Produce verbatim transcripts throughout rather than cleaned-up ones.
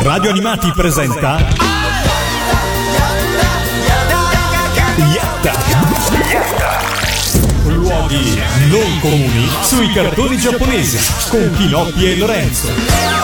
Radio Animati presenta Yatta. Luoghi non comuni sui cartoni giapponesi con Kinoppi e Lorenzo.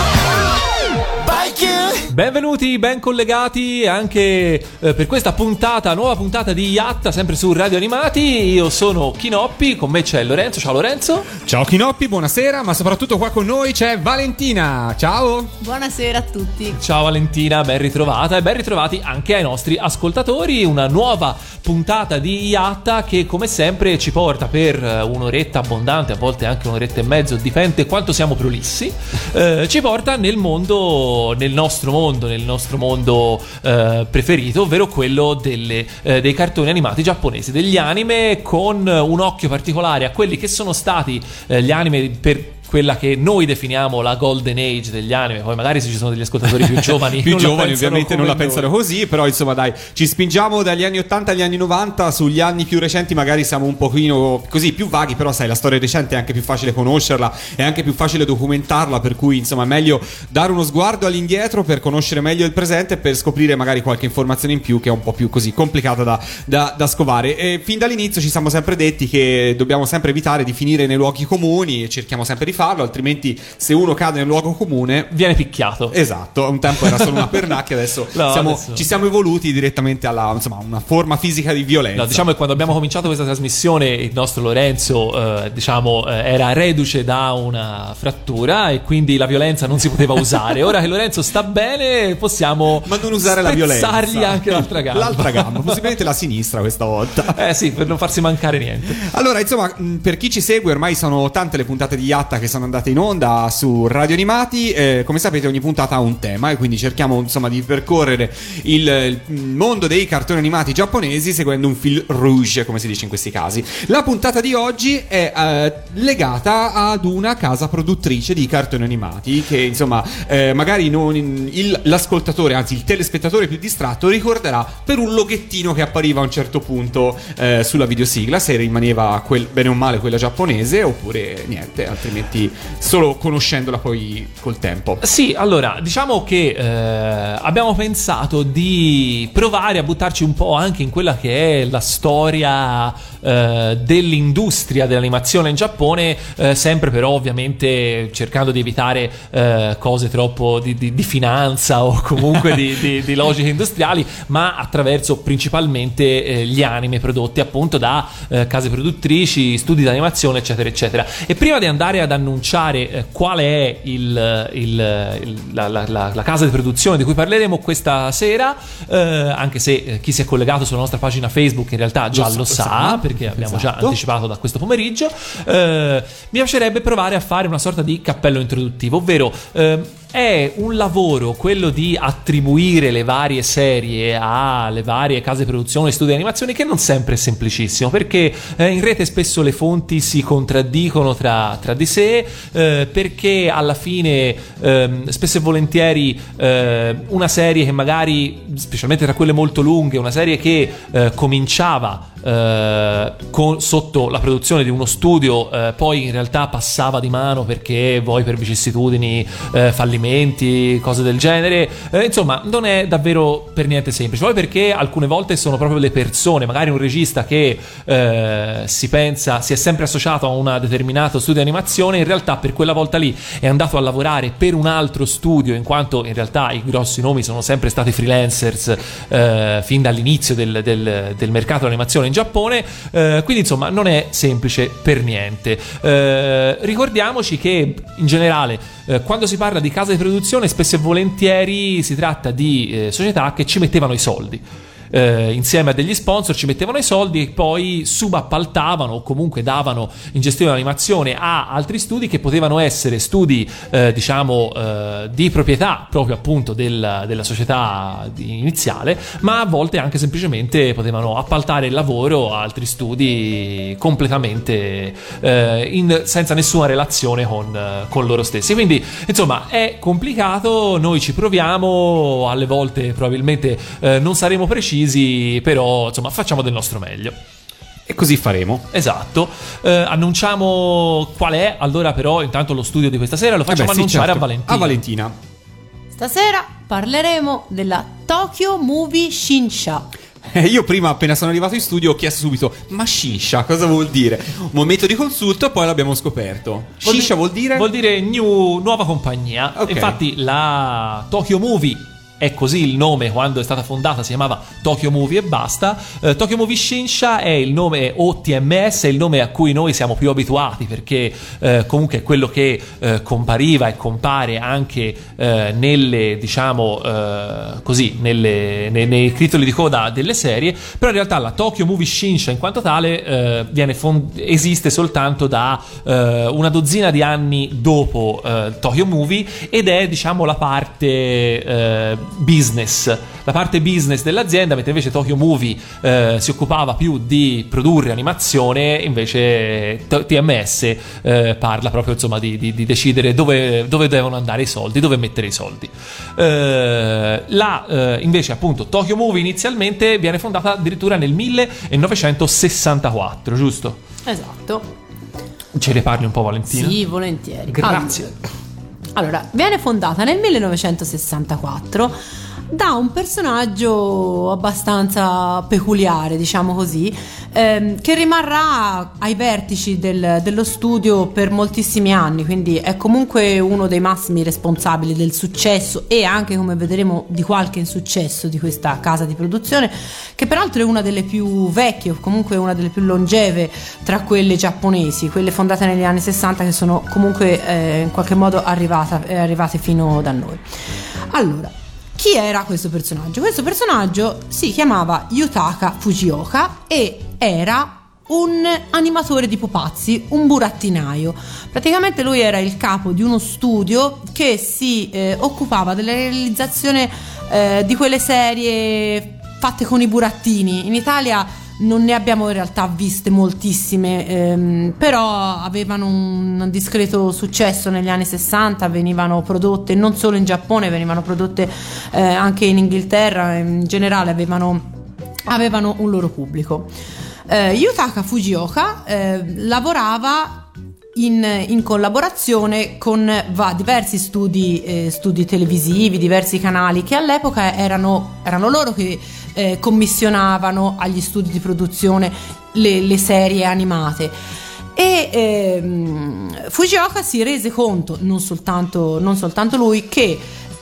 Benvenuti, ben collegati anche eh, per questa puntata, nuova puntata di Yatta, sempre su Radio Animati. Io sono Kinoppi, con me c'è Lorenzo. Ciao Lorenzo. Ciao Kinoppi, buonasera, ma soprattutto qua con noi c'è Valentina. Ciao. Buonasera a tutti. Ciao Valentina, ben ritrovata e ben ritrovati anche ai nostri ascoltatori. Una nuova puntata di Yatta che come sempre ci porta per un'oretta abbondante, a volte anche un'oretta e mezzo, dipende quanto siamo prolissi, eh, ci porta nel mondo, nel nostro mondo nel nostro mondo eh, preferito, ovvero quello delle, eh, dei cartoni animati giapponesi, degli anime, con un occhio particolare a quelli che sono stati eh, gli anime per quella che noi definiamo la golden age degli anime. Poi magari se ci sono degli ascoltatori più giovani più non giovani la ovviamente non la noi. pensano così, però insomma dai, ci spingiamo dagli anni ottanta agli anni novanta. Sugli anni più recenti magari siamo un pochino così più vaghi, però sai, la storia recente è anche più facile conoscerla, è anche più facile documentarla, per cui insomma è meglio dare uno sguardo all'indietro per conoscere meglio il presente e per scoprire magari qualche informazione in più che è un po' più così complicata da, da, da scovare. E fin dall'inizio ci siamo sempre detti che dobbiamo sempre evitare di finire nei luoghi comuni e cerchiamo sempre di farlo, altrimenti se uno cade nel luogo comune viene picchiato. Esatto, un tempo era solo una pernacchia, adesso, no, siamo, adesso ci siamo evoluti direttamente alla, insomma, una forma fisica di violenza. No, diciamo che quando abbiamo cominciato questa trasmissione il nostro Lorenzo eh, diciamo eh, era reduce da una frattura e quindi la violenza non si poteva usare. Ora che Lorenzo sta bene possiamo ma non usare la violenza, spezzargli anche l'altra gamba. L'altra gamba, possibilmente la sinistra questa volta. Eh sì, per non farsi mancare niente. Allora, insomma, per chi ci segue, ormai sono tante le puntate di Yatta che sono andate in onda su Radio Animati. Eh, come sapete, ogni puntata ha un tema e quindi cerchiamo insomma di percorrere il, il mondo dei cartoni animati giapponesi seguendo un fil rouge, come si dice in questi casi. La puntata di oggi è eh, legata ad una casa produttrice di cartoni animati che insomma eh, magari non il, l'ascoltatore, anzi il telespettatore più distratto ricorderà per un loghettino che appariva a un certo punto eh, sulla videosigla, se rimaneva quel, bene o male quella giapponese, oppure niente, altrimenti solo conoscendola poi col tempo. Sì, allora diciamo che eh, abbiamo pensato di provare a buttarci un po' anche in quella che è la storia eh, dell'industria dell'animazione in Giappone, eh, sempre però ovviamente cercando di evitare eh, cose troppo di, di, di finanza o comunque di, di, di logiche industriali, ma attraverso principalmente eh, gli anime prodotti appunto da eh, case produttrici, studi di animazione eccetera eccetera. E prima di andare ad annunciare eh, qual è il, il, il, la, la, la, la casa di produzione di cui parleremo questa sera, eh, anche se eh, chi si è collegato sulla nostra pagina Facebook in realtà già lo, lo sa, sa perché abbiamo esatto. già anticipato da questo pomeriggio, eh, mi piacerebbe provare a fare una sorta di cappello introduttivo, ovvero eh, è un lavoro quello di attribuire le varie serie alle varie case di produzione e studi di animazione che non sempre è semplicissimo, perché eh, in rete spesso le fonti si contraddicono tra, tra di sé, eh, perché alla fine eh, spesso e volentieri eh, una serie che magari, specialmente tra quelle molto lunghe, una serie che eh, cominciava eh, con, sotto la produzione di uno studio, eh, poi in realtà passava di mano perché poi per vicissitudini eh, fallimenti, cose del genere, eh, insomma non è davvero per niente semplice, poi perché alcune volte sono proprio le persone, magari un regista che eh, si pensa si è sempre associato a un determinato studio di animazione, in realtà per quella volta lì è andato a lavorare per un altro studio, in quanto in realtà i grossi nomi sono sempre stati freelancers eh, fin dall'inizio del, del, del mercato dell'animazione in Giappone, eh, quindi insomma non è semplice per niente. Eh, ricordiamoci che in generale eh, quando si parla di casa di produzione spesso e volentieri si tratta di eh, società che ci mettevano i soldi. Eh, insieme a degli sponsor ci mettevano i soldi e poi subappaltavano o comunque davano in gestione l'animazione a altri studi che potevano essere studi eh, diciamo eh, di proprietà proprio appunto del, della società iniziale, ma a volte anche semplicemente potevano appaltare il lavoro a altri studi completamente eh, in, senza nessuna relazione con, con loro stessi. Quindi insomma è complicato, noi ci proviamo, alle volte probabilmente eh, non saremo precisi, però insomma facciamo del nostro meglio. E così faremo. Esatto. Eh, annunciamo qual è allora però intanto lo studio di questa sera, lo facciamo eh beh, sì, annunciare certo. a Valentina. A Valentina. Stasera parleremo della Tokyo Movie Shinsha. Eh, io prima, appena sono arrivato in studio, ho chiesto subito: ma Shinsha cosa vuol dire? Un momento di consulto, poi l'abbiamo scoperto. Shinsha vuol dire? Vuol dire new, nuova compagnia. Ok. Infatti la Tokyo Movie è così il nome, quando è stata fondata si chiamava Tokyo Movie e basta. eh, Tokyo Movie Shinsha è il nome, o T M S è il nome a cui noi siamo più abituati, perché eh, comunque è quello che eh, compariva e compare anche eh, nelle, diciamo eh, così, nelle, nei, nei titoli di coda delle serie. Però in realtà la Tokyo Movie Shinsha in quanto tale eh, viene fond- esiste soltanto da eh, una dozzina di anni dopo eh, Tokyo Movie, ed è, diciamo, la parte eh, business, la parte business dell'azienda, mentre invece Tokyo Movie eh, si occupava più di produrre animazione. Invece T M S eh, parla proprio, insomma, di, di, di decidere dove, dove devono andare i soldi, dove mettere i soldi. Eh, la, eh, invece appunto Tokyo Movie inizialmente viene fondata addirittura nel millenovecentosessantaquattro, giusto? Esatto. Ce ne parli un po', Valentina? Sì, volentieri. Grazie. Allora, viene fondata nel millenovecentosessantaquattro da un personaggio abbastanza peculiare, diciamo così, ehm, che rimarrà ai vertici del- dello studio per moltissimi anni, quindi è comunque uno dei massimi responsabili del successo e anche, come vedremo, di qualche insuccesso di questa casa di produzione, che peraltro è una delle più vecchie, o comunque una delle più longeve tra quelle giapponesi, quelle fondate negli anni sessanta, che sono comunque eh, in qualche modo arrivata, eh, arrivate fino da noi. Allora, chi era questo personaggio? Questo personaggio si chiamava Yutaka Fujioka e era un animatore di pupazzi, un burattinaio. Praticamente lui era il capo di uno studio che si eh, occupava della realizzazione eh, di quelle serie fatte con i burattini. In Italia non ne abbiamo in realtà viste moltissime, ehm, però avevano un discreto successo negli anni sessanta, venivano prodotte non solo in Giappone, venivano prodotte eh, anche in Inghilterra, in generale avevano, avevano un loro pubblico. Eh, Yutaka Fujioka eh, lavorava In, in collaborazione con va, diversi studi, eh, studi televisivi, diversi canali che all'epoca erano, erano loro che eh, commissionavano agli studi di produzione le, le serie animate. E ehm, Fujioka si rese conto, non soltanto, non soltanto lui, che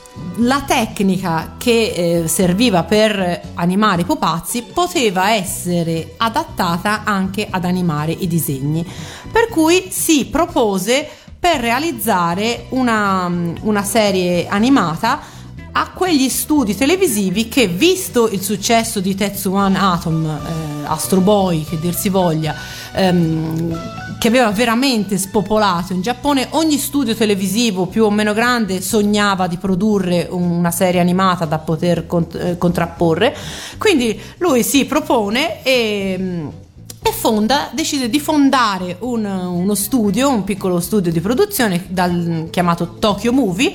la tecnica che eh, serviva per animare i pupazzi poteva essere adattata anche ad animare i disegni, per cui si propose per realizzare una, una serie animata a quegli studi televisivi che, visto il successo di Tetsuwan Atom, eh, Astro Boy, che dir si voglia, ehm, che aveva veramente spopolato in Giappone, ogni studio televisivo più o meno grande sognava di produrre una serie animata da poter cont- eh, contrapporre. Quindi lui si propone e, e fonda, decide di fondare un, uno studio, un piccolo studio di produzione dal, chiamato Tokyo Movie,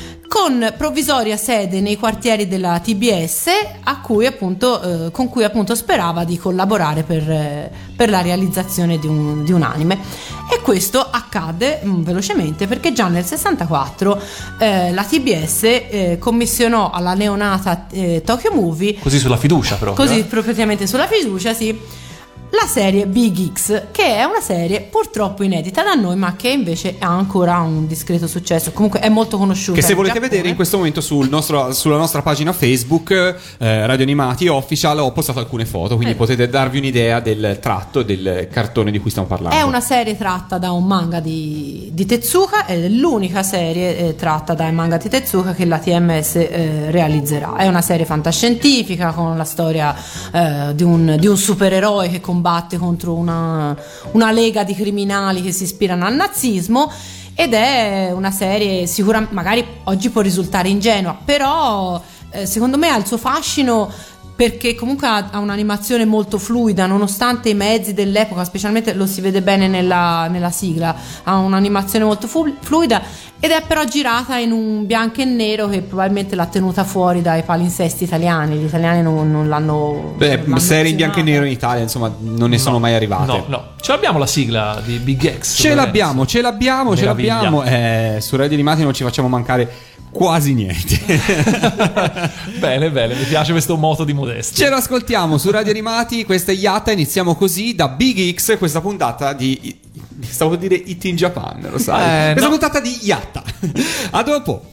con provvisoria sede nei quartieri della T B S, a cui appunto, eh, con cui appunto sperava di collaborare per, eh, per la realizzazione di un, di un anime. E questo accadde mh, velocemente, perché già nel sessantaquattro eh, la T B S eh, commissionò alla neonata eh, Tokyo Movie, Così sulla fiducia proprio. così eh? propriamente sulla fiducia, sì, la serie Big X, che è una serie purtroppo inedita da noi, ma che invece ha ancora un discreto successo. Comunque è molto conosciuta. Che se in volete Giappone. vedere in questo momento sul nostro, sulla nostra pagina Facebook, eh, Radio Animati Official, ho postato alcune foto, quindi Eh. potete darvi un'idea del tratto del cartone di cui stiamo parlando. È una serie tratta da un manga di, di Tezuka, è l'unica serie eh, tratta dai manga di Tezuka che la T M S eh, realizzerà. È una serie fantascientifica con la storia eh, di, un, di un supereroe che combatte contro una, una lega di criminali che si ispirano al nazismo, ed è una serie sicuramente, magari oggi può risultare ingenua, però eh, secondo me ha il suo fascino, perché comunque ha, ha un'animazione molto fluida, nonostante i mezzi dell'epoca, specialmente lo si vede bene nella, nella sigla, ha un'animazione molto fu- fluida, ed è però girata in un bianco e nero che probabilmente l'ha tenuta fuori dai palinsesti italiani. Gli italiani non, non l'hanno... Beh, non l'hanno serie in bianco e menzionata. nero in Italia, insomma, non ne sono mai arrivate. No, no. Ce l'abbiamo la sigla di Big X. Ce l'abbiamo, ce l'abbiamo, ce Meraviglia. l'abbiamo. Eh, su Radio Animati non ci facciamo mancare quasi niente. Bene, bene, mi piace questo moto di modestia. Ce lo ascoltiamo su Radio Animati, questa è Yatta, iniziamo così da Big X questa puntata di... stavo per dire It in Japan, lo sai? Eh, questa no. puntata di Yatta. A dopo.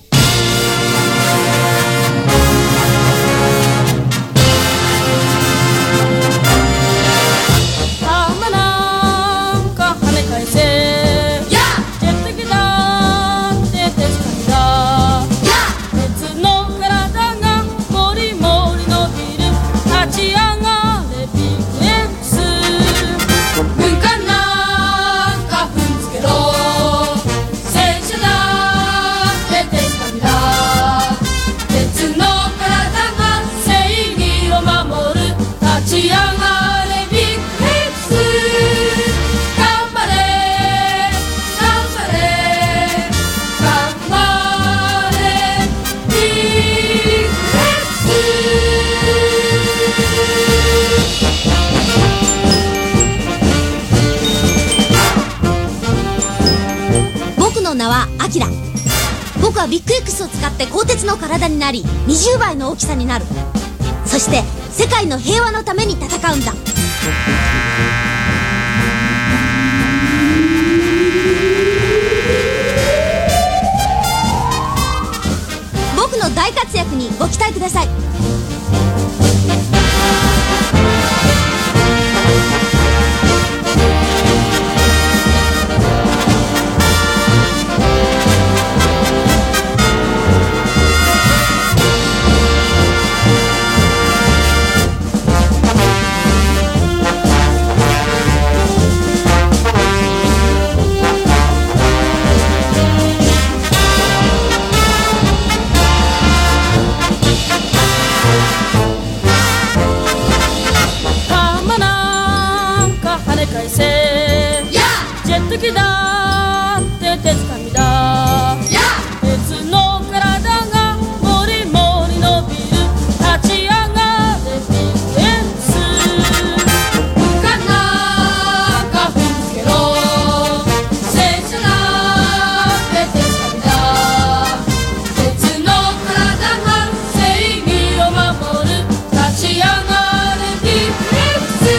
僕はビッグ X を使って鋼鉄の体になりにじゅうばいの大きさになる。そして世界の平和のために戦うんだ。僕の大活躍にご期待ください。ジェット機だって手つかみだ。鉄の体がもりもり伸びる。立ち上がれビッグ X。 浮かなんか踏んづけろ。戦車だって手つかみだ。鉄の体が正義を守る。立ち上がれビッグ X。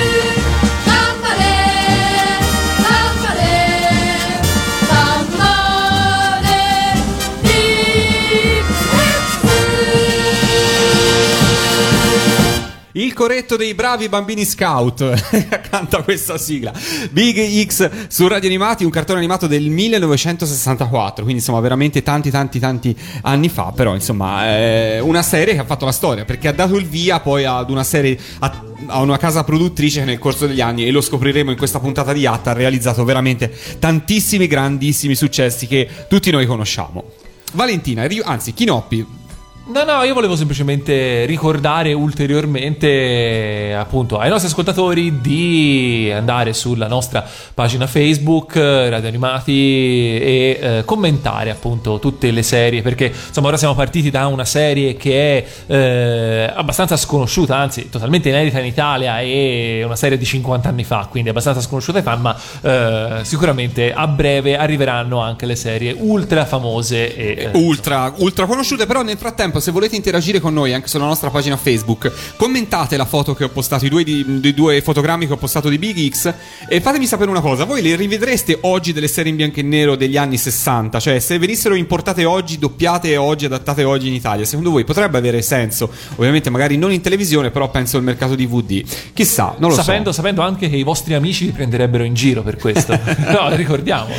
Il coretto dei bravi bambini scout canta questa sigla. Big X su Radio Animati, un cartone animato del millenovecentosessantaquattro, quindi insomma veramente tanti tanti tanti anni fa, però insomma è una serie che ha fatto la storia perché ha dato il via poi ad una serie, a, a una casa produttrice che nel corso degli anni, e lo scopriremo in questa puntata di Yatta, ha realizzato veramente tantissimi grandissimi successi che tutti noi conosciamo. Valentina, anzi Chinoppi. No, no, io volevo semplicemente ricordare ulteriormente appunto ai nostri ascoltatori di andare sulla nostra pagina Facebook Radio Animati e eh, commentare appunto tutte le serie, perché insomma ora siamo partiti da una serie che è eh, abbastanza sconosciuta, anzi totalmente inedita in Italia, e una serie di cinquanta anni fa, quindi abbastanza sconosciuta ai fan, ma eh, sicuramente a breve arriveranno anche le serie ultra famose e eh, ultra, ultra conosciute. Però nel frattempo, se volete interagire con noi anche sulla nostra pagina Facebook, commentate la foto che ho postato, i due, di, di due fotogrammi che ho postato di Big X, e fatemi sapere una cosa: voi le rivedreste oggi delle serie in bianco e nero degli anni sessanta? Cioè, se venissero importate oggi, doppiate oggi, adattate oggi in Italia, secondo voi potrebbe avere senso? Ovviamente magari non in televisione, però penso al mercato D V D, chissà, non lo sapendo, so sapendo anche che i vostri amici vi prenderebbero in giro per questo. No, ricordiamolo.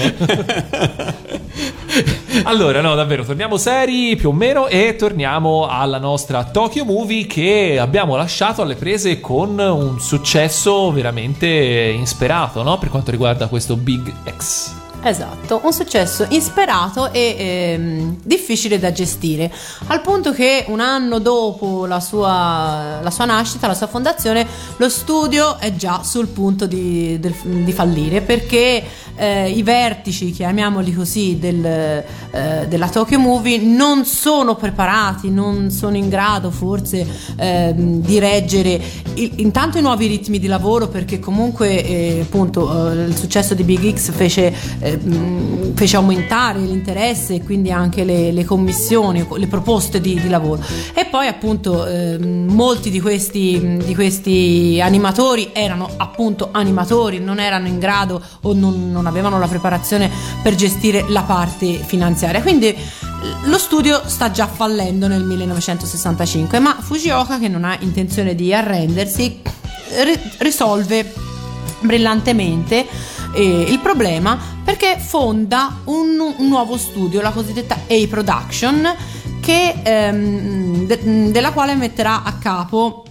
Allora, no, davvero, torniamo seri più o meno e torniamo alla nostra Tokyo Movie, che abbiamo lasciato alle prese con un successo veramente insperato, no? Per quanto riguarda questo Big X. Esatto, un successo insperato e ehm, difficile da gestire, al punto che un anno dopo la sua, la sua nascita, la sua fondazione, lo studio è già sul punto di, del, di fallire, perché eh, i vertici, chiamiamoli così, del, eh, della Tokyo Movie non sono preparati, non sono in grado forse eh, di reggere il, intanto i nuovi ritmi di lavoro, perché comunque eh, appunto eh, il successo di Big X fece, eh, mh, fece aumentare l'interesse e quindi anche le, le commissioni, le proposte di, di lavoro. E poi appunto eh, molti di questi, di questi animatori erano appunto animatori, non erano in grado o non, non avevano la preparazione per gestire la parte finanziaria, quindi lo studio sta già fallendo nel millenovecentosessantacinque, ma Fujioka, che non ha intenzione di arrendersi, ri- risolve brillantemente eh, il problema, perché fonda un, un nuovo studio, la cosiddetta A Production, che, ehm, de- della quale metterà a capo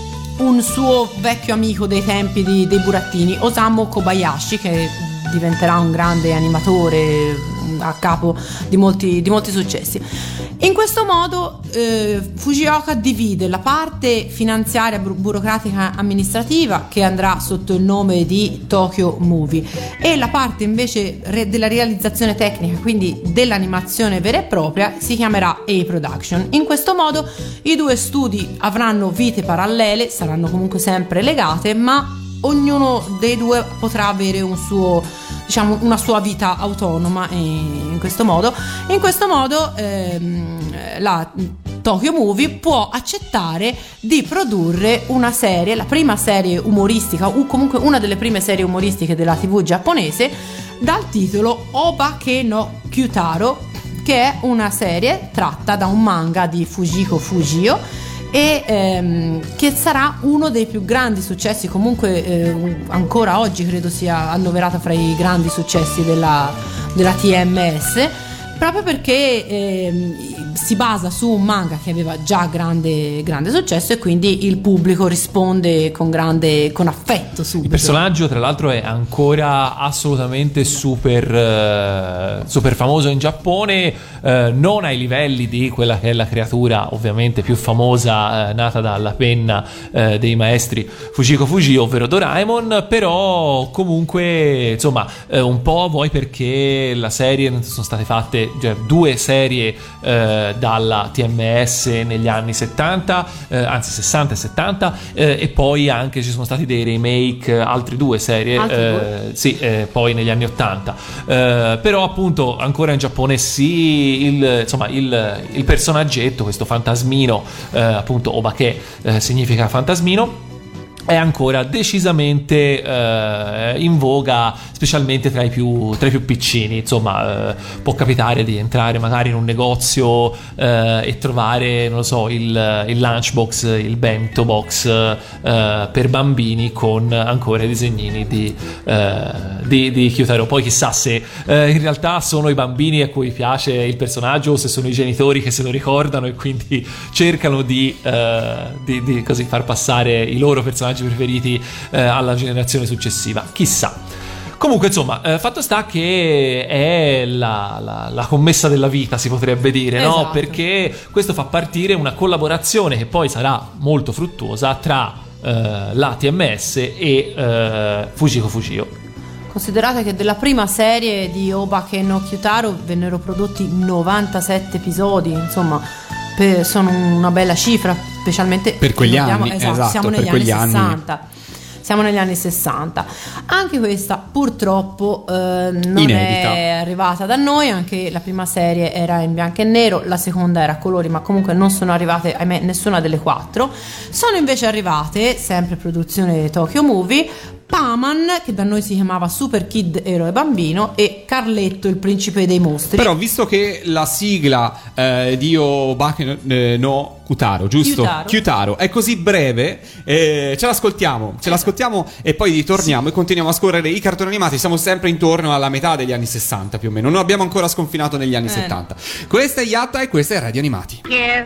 un suo vecchio amico dei tempi di, dei burattini, Osamu Kobayashi, che diventerà un grande animatore a capo di molti, di molti successi. In questo modo eh, Fujioka divide la parte finanziaria, bur- burocratica amministrativa, che andrà sotto il nome di Tokyo Movie, e la parte invece re- della realizzazione tecnica, quindi dell'animazione vera e propria, si chiamerà A Production. In questo modo i due studi avranno vite parallele, saranno comunque sempre legate, ma ognuno dei due potrà avere un suo, diciamo, una sua vita autonoma, e in questo modo in questo modo ehm, la Tokyo Movie può accettare di produrre una serie, la prima serie umoristica, o comunque una delle prime serie umoristiche della tivù giapponese, dal titolo Obake no Kyutaro, che è una serie tratta da un manga di Fujiko Fujio, e ehm, che sarà uno dei più grandi successi, comunque eh, ancora oggi credo sia annoverata fra i grandi successi della, della T M S, proprio perché eh, si basa su un manga che aveva già grande, grande successo, e quindi il pubblico risponde con grande con affetto subito. Il personaggio tra l'altro è ancora assolutamente super eh, super famoso in Giappone, eh, non ai livelli di quella che è la creatura ovviamente più famosa, eh, nata dalla penna eh, dei maestri Fujiko Fujii, ovvero Doraemon, però comunque insomma eh, un po' vuoi perché la serie sono state fatte, cioè, due serie eh, dalla T M S negli anni settanta, eh, anzi sessanta e settanta, eh, e poi anche ci sono stati dei remake, altre due serie, Altri eh, due. sì, eh, poi negli anni ottanta, eh, però appunto ancora in Giappone sì, il, insomma il, il personaggetto, questo fantasmino, eh, appunto Obake eh, significa fantasmino, è ancora decisamente eh, in voga, specialmente tra i più tra i più piccini. Insomma, eh, può capitare di entrare magari in un negozio eh, e trovare, non lo so, il, il lunchbox, il bento box eh, per bambini con ancora i disegnini di, eh, di, di Kyutaro. Poi chissà se eh, in realtà sono i bambini a cui piace il personaggio, o se sono i genitori che se lo ricordano e quindi cercano di, eh, di, di così far passare i loro personaggi preferiti eh, alla generazione successiva, chissà. Comunque insomma, eh, fatto sta che è la, la, la commessa della vita, si potrebbe dire, esatto, no? Perché questo fa partire una collaborazione che poi sarà molto fruttuosa tra eh, la T M S e eh, Fujiko Fujio. Considerate che della prima serie di Obake no Kyutaro vennero prodotti novantasette episodi, insomma, per, sono una bella cifra, specialmente per quegli andiamo, anni, esatto, esatto, siamo per negli quegli anni anni. sessanta. Siamo negli anni sessanta. Anche questa purtroppo eh, non Inedita. è arrivata da noi. Anche la prima serie era in bianco e nero, la seconda era a colori, ma comunque non sono arrivate, ahimè, nessuna delle quattro. Sono invece arrivate, sempre produzione Tokyo Movie, Paman, che da noi si chiamava Super Kid Eroe Bambino, e Carletto il principe dei mostri. Però visto che la sigla eh, di Obake eh, no Kyutaro, giusto? Kyutaro. Kyutaro è così breve, eh, ce l'ascoltiamo, ce l'ascoltiamo e poi ritorniamo, sì, e continuiamo a scorrere i cartoni animati. Siamo sempre intorno alla metà degli anni sessanta più o meno, non abbiamo ancora sconfinato negli anni Eh. settanta. Questa è Yatta e questa è Radio Animati.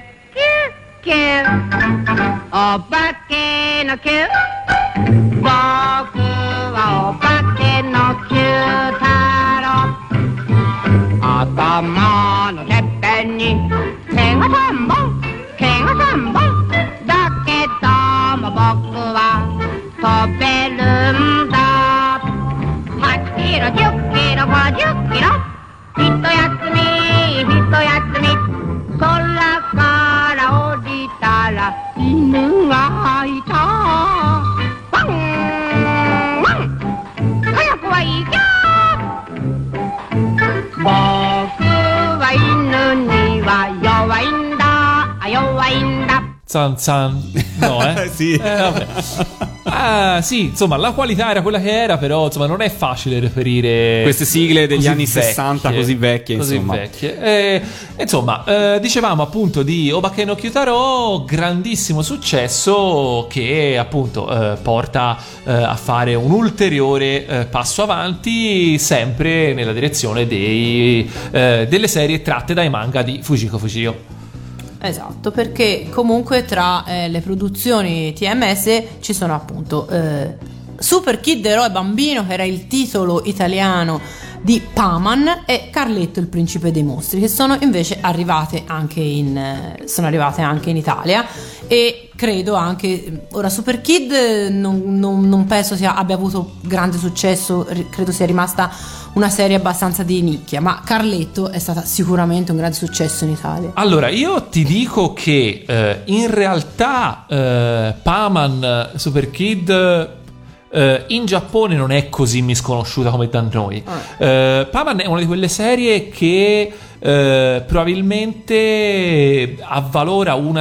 Obake no Q, boku wa obake no Kyutaro. Atama no teppen ni ken ga san bon, ken ga san bon. Dakedo mo boku wa toberu n da. Hachiro gyuki 자 있는 아이자 왕왕 하얗고와 이겨 먹으와 있는 이와 여와인다 아 여와인다 Zan zan. No, eh? Sì. Eh, vabbè. Ah, sì, insomma, la qualità era quella che era, però insomma non è facile reperire Queste sigle degli così anni vecchie, sessanta così vecchie, così insomma. vecchie. E, insomma, eh, dicevamo appunto di Obake no Kyutaro, grandissimo successo che appunto eh, porta eh, a fare un ulteriore eh, passo avanti, sempre nella direzione dei, eh, delle serie tratte dai manga di Fujiko Fujio. Esatto, perché comunque tra eh, le produzioni T M S ci sono appunto eh, Super Kid Eroe Bambino, che era il titolo italiano di Paman, e Carletto il principe dei mostri, che sono invece arrivate anche in eh, sono arrivate anche in Italia, e credo anche ora Super Kid non, non, non penso sia, abbia avuto grande successo, credo sia rimasta una serie abbastanza di nicchia, ma Carletto è stata sicuramente un grande successo in Italia. Allora, io ti dico che eh, in realtà eh, Paman Super Kid Uh, in Giappone non è così misconosciuta come da noi. uh, Paman è una di quelle serie che uh, probabilmente avvalora una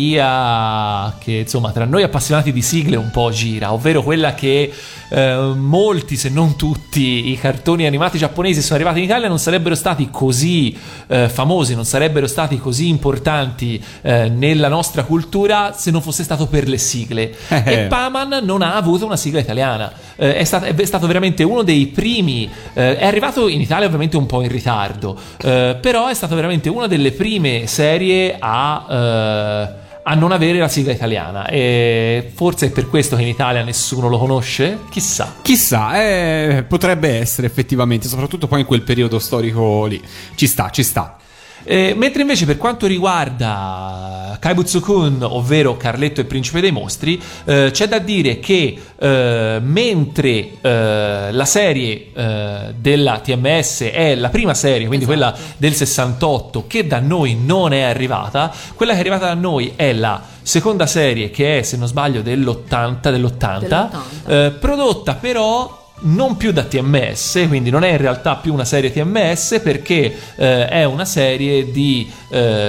teoria che insomma tra noi appassionati di sigle un po' gira, ovvero quella che uh, molti, se non tutti, i cartoni animati giapponesi sono arrivati in Italia non sarebbero stati così uh, famosi, non sarebbero stati così importanti uh, nella nostra cultura se non fosse stato per le sigle. E Paman non ha avuto una sigla italiana. Eh, è, stato, è stato veramente uno dei primi, eh, è arrivato in Italia ovviamente un po' in ritardo, eh, però è stato veramente una delle prime serie a, eh, a non avere la sigla italiana, e forse è per questo che in Italia nessuno lo conosce, chissà. Chissà, eh, potrebbe essere effettivamente, soprattutto poi in quel periodo storico lì. Ci sta, ci sta. Eh, mentre invece per quanto riguarda Kaibutsu-kun, ovvero Carletto e il principe dei mostri, eh, c'è da dire che eh, mentre eh, la serie eh, della T M S è la prima serie, quindi esatto, quella del sessantotto, che da noi non è arrivata, quella che è arrivata da noi è la seconda serie, che è, se non sbaglio, dell'ottanta, dell'ottanta, dell'ottanta. Eh, prodotta però non più da T M S, quindi non è in realtà più una serie T M S, perché eh, è una serie di eh,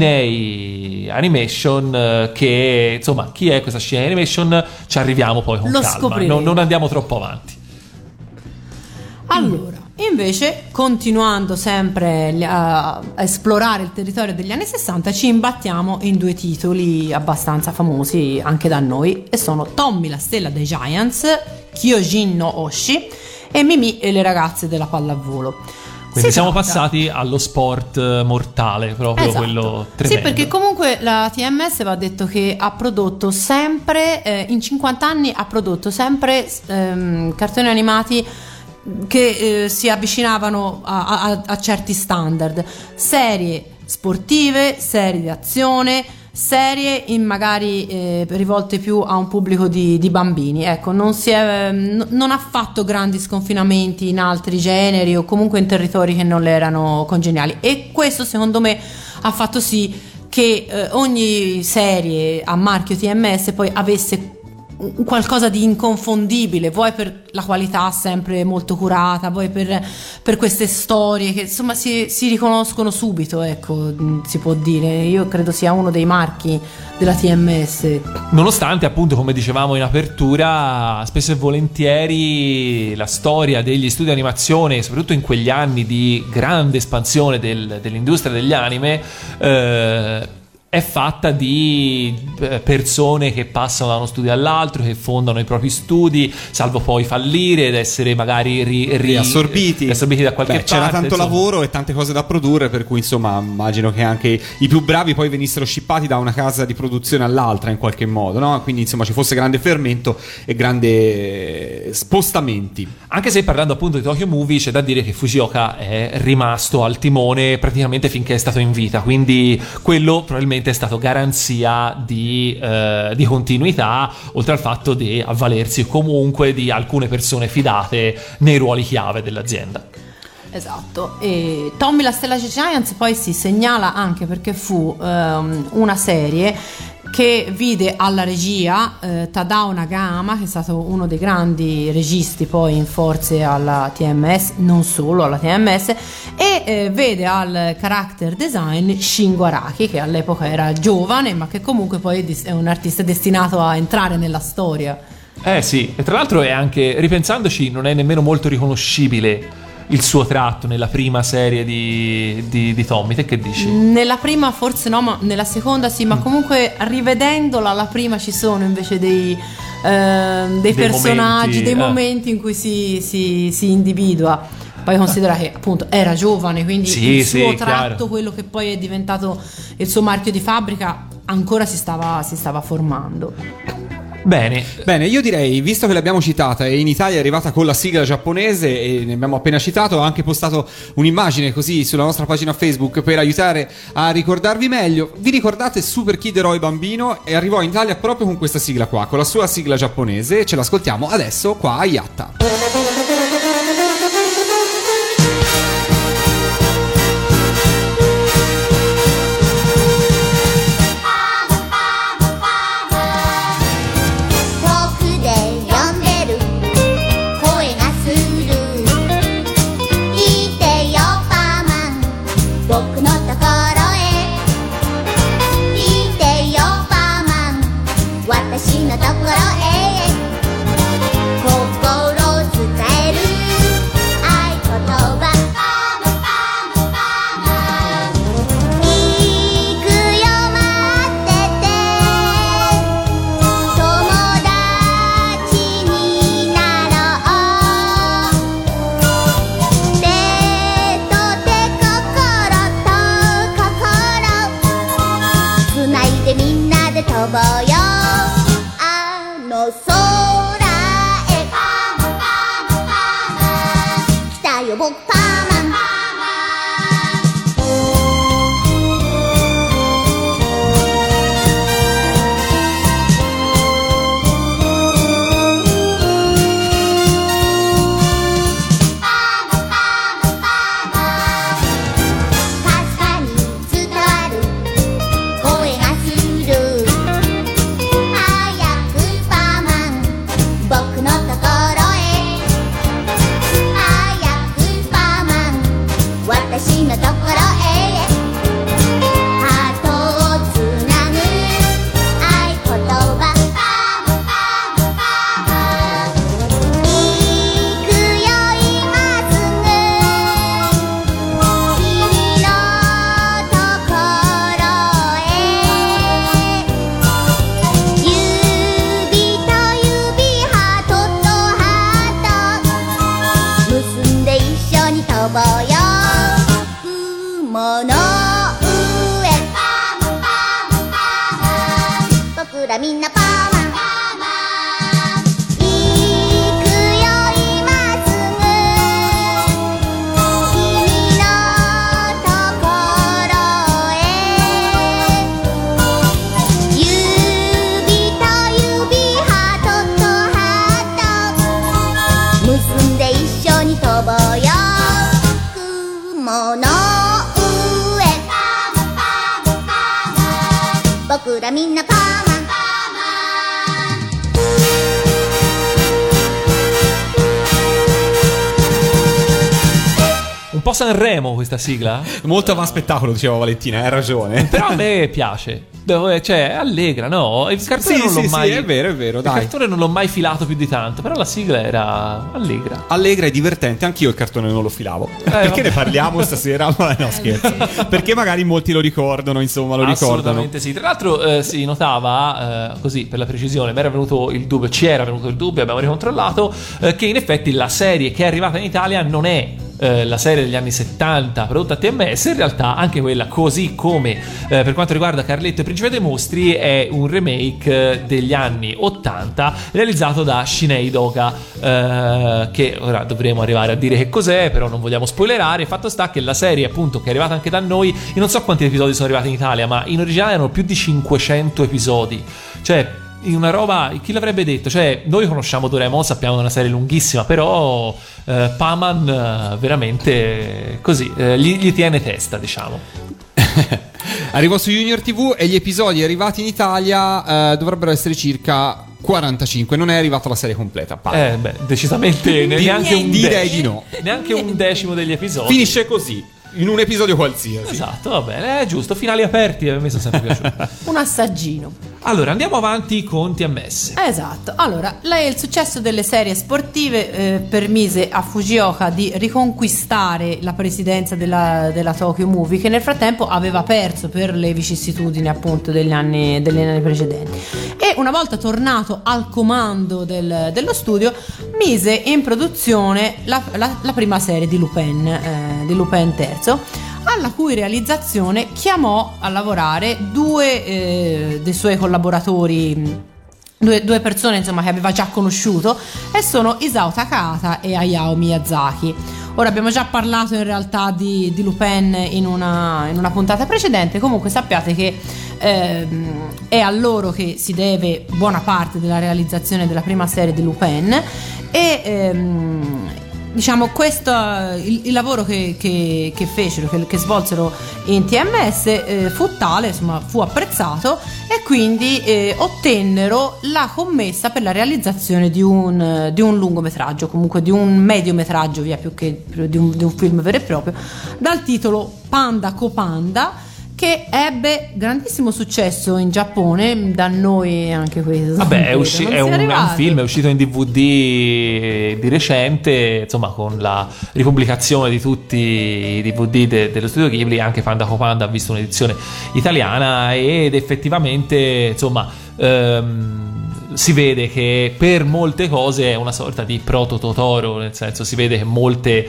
Shinei Animation, eh, che insomma, chi è questa Shinei Animation ci arriviamo poi con Lo calma, scopriremo. non, non andiamo troppo avanti. Allora, invece, continuando sempre a, a esplorare il territorio degli anni sessanta, ci imbattiamo in due titoli abbastanza famosi anche da noi, e sono Tommy la stella dei Giants, Kyojin no Oshi, e Mimi e le ragazze della pallavolo. Quindi Si siamo tratta- passati allo sport eh, mortale, proprio Esatto. quello tremendo. Sì, perché comunque la T M S va detto che ha prodotto sempre, eh, in cinquanta anni ha prodotto sempre ehm, cartoni animati che eh, si avvicinavano a, a- a certi standard, serie sportive, serie di azione, serie in magari eh, rivolte più a un pubblico di, di bambini. Ecco, non si è, n- non ha fatto grandi sconfinamenti in altri generi o comunque in territori che non le erano congeniali, e questo secondo me ha fatto sì che eh, ogni serie a marchio T M S poi avesse un qualcosa di inconfondibile, vuoi per la qualità sempre molto curata, vuoi per, per queste storie che insomma si, si riconoscono subito, ecco, si può dire. Io credo sia uno dei marchi della T M S. Nonostante, appunto, come dicevamo in apertura, spesso e volentieri la storia degli studi di animazione, soprattutto in quegli anni di grande espansione del, dell'industria degli anime, eh, è fatta di persone che passano da uno studio all'altro, che fondano i propri studi, salvo poi fallire ed essere magari ri, ri, riassorbiti. riassorbiti da qualche Beh, parte. c'era tanto insomma. lavoro e tante cose da produrre, per cui insomma immagino che anche i più bravi poi venissero scippati da una casa di produzione all'altra in qualche modo, no? Quindi insomma ci fosse grande fermento e grande spostamenti. Anche se, parlando appunto di Tokyo Movie, c'è da dire che Fujioka è rimasto al timone praticamente finché è stato in vita, quindi quello probabilmente è stato garanzia di, eh, di continuità, oltre al fatto di avvalersi comunque di alcune persone fidate nei ruoli chiave dell'azienda. Esatto. E Tommy la stella dei Giants poi si segnala anche perché fu ehm, una serie che vide alla regia eh, Tadao Nagama, che è stato uno dei grandi registi poi in forze alla T M S, non solo alla T M S, e eh, vede al character design Shingo Araki, che all'epoca era giovane ma che comunque poi è un artista destinato a entrare nella storia. Eh sì, e tra l'altro è anche, ripensandoci, non è nemmeno molto riconoscibile il suo tratto nella prima serie di, di, di Tommy. Te che dici? Nella prima forse no, ma nella seconda sì, ma comunque rivedendola la prima ci sono invece dei, eh, dei, dei personaggi, momenti, dei eh. momenti in cui si, si, si individua. Poi considera che appunto era giovane, quindi sì, il suo sì, tratto, chiaro. Quello che poi è diventato il suo marchio di fabbrica, ancora si stava, si stava formando. Bene. Bene, io direi, visto che l'abbiamo citata e in Italia è arrivata con la sigla giapponese e ne abbiamo appena citato, ho anche postato un'immagine così sulla nostra pagina Facebook per aiutare a ricordarvi meglio. Vi ricordate Super Kid Eroe Bambino? E arrivò in Italia proprio con questa sigla qua, con la sua sigla giapponese. Ce l'ascoltiamo adesso qua a Yatta. らみんなパーマン Un po' Sanremo questa sigla? Molto avanti spettacolo, diceva Valentina, hai ragione. Però a me piace. Cioè, è allegra, no? Il cartone sì, non l'ho sì, mai. Sì, è vero, è vero, il dai. Il cartone non l'ho mai filato più di tanto. Però la sigla era allegra. Allegra e divertente. Anch'io il cartone non lo filavo. Eh, Perché vabbè. Ne parliamo stasera? Ma no, scherzo. Perché magari molti lo ricordano, insomma, lo Assolutamente ricordano. Sì. Tra l'altro eh, si notava, eh, così per la precisione, mi era venuto il dubbio, ci era venuto il dubbio, abbiamo ricontrollato, eh, che in effetti la serie che è arrivata in Italia non è Eh, la serie degli anni settanta prodotta a T M S. In realtà anche quella, così come eh, per quanto riguarda Carletto e Principe dei Mostri, è un remake eh, degli anni ottanta realizzato da Shinei Doga, eh, che ora dovremo arrivare a dire che cos'è, però non vogliamo spoilerare. Fatto sta che la serie, appunto, che è arrivata anche da noi, io non so quanti episodi sono arrivati in Italia, ma in originale erano più di cinquecento episodi. Cioè, in una roba, chi l'avrebbe detto? Cioè, noi conosciamo Doraemon, sappiamo che è una serie lunghissima, però eh, Paman eh, veramente così, eh, gli, gli tiene testa, diciamo. Arrivò su Junior tivù e gli episodi arrivati in Italia eh, dovrebbero essere circa quarantacinque. Non è arrivata la serie completa. Paolo. Eh, beh, decisamente Di- neanche un direi decimo, di no. neanche un decimo degli episodi. Finisce così, in un episodio qualsiasi. Esatto, va bene, è giusto. Finali aperti a me sono sempre piaciuti. Un assaggino. Allora, andiamo avanti con T M S. Esatto, allora lei, il successo delle serie sportive eh, permise a Fujioka di riconquistare la presidenza della, della Tokyo Movie, che nel frattempo aveva perso per le vicissitudini appunto degli anni, degli anni precedenti, e una volta tornato al comando del- dello studio mise in produzione la, la- la prima serie di Lupin, eh, di Lupin terzo, alla cui realizzazione chiamò a lavorare due eh, dei suoi collaboratori, due, due persone insomma che aveva già conosciuto, e sono Isao Takahata e Hayao Miyazaki. Ora, abbiamo già parlato in realtà di, di Lupin in una, in una puntata precedente. Comunque sappiate che ehm, è a loro che si deve buona parte della realizzazione della prima serie di Lupin, e ehm, diciamo questo il, il lavoro che, che, che fecero, che, che svolsero in T M S eh, fu tale, insomma fu apprezzato, e quindi eh, ottennero la commessa per la realizzazione di un, di un lungometraggio, comunque di un mediometraggio via più che di un, di un film vero e proprio, dal titolo Panda Copanda, che ebbe grandissimo successo in Giappone, da noi anche questo. Vabbè, è, usci- Non è, si un, è un arrivati. film, è uscito in D V D di recente, insomma, con la ripubblicazione di tutti i D V D de- dello studio Ghibli. Anche Panda Copanda ha visto un'edizione italiana, ed effettivamente, insomma, ehm, si vede che per molte cose è una sorta di proto Totoro, nel senso, si vede che molte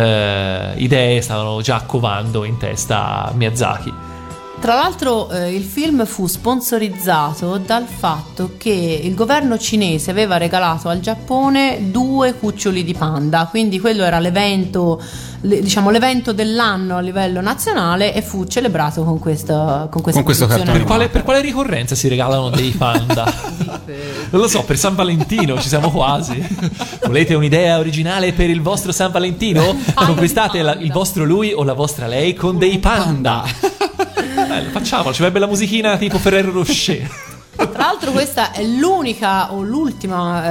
eh, idee stavano già covando in testa a Miyazaki. Tra l'altro eh, il film fu sponsorizzato dal fatto che il governo cinese aveva regalato al Giappone due cuccioli di panda, quindi quello era l'evento, le- diciamo l'evento dell'anno a livello nazionale, e fu celebrato con questa con questa Con questo produzione. cartone Per quale, per quale ricorrenza si regalano dei panda? Non lo so, per San Valentino ci siamo quasi. Volete un'idea originale per il vostro San Valentino? Conquistate di la- panda. il vostro lui o la vostra lei con dei panda. Bello, facciamolo, ci vorrebbe la musichina tipo Ferrero Rocher. Tra l'altro questa è l'unica o l'ultima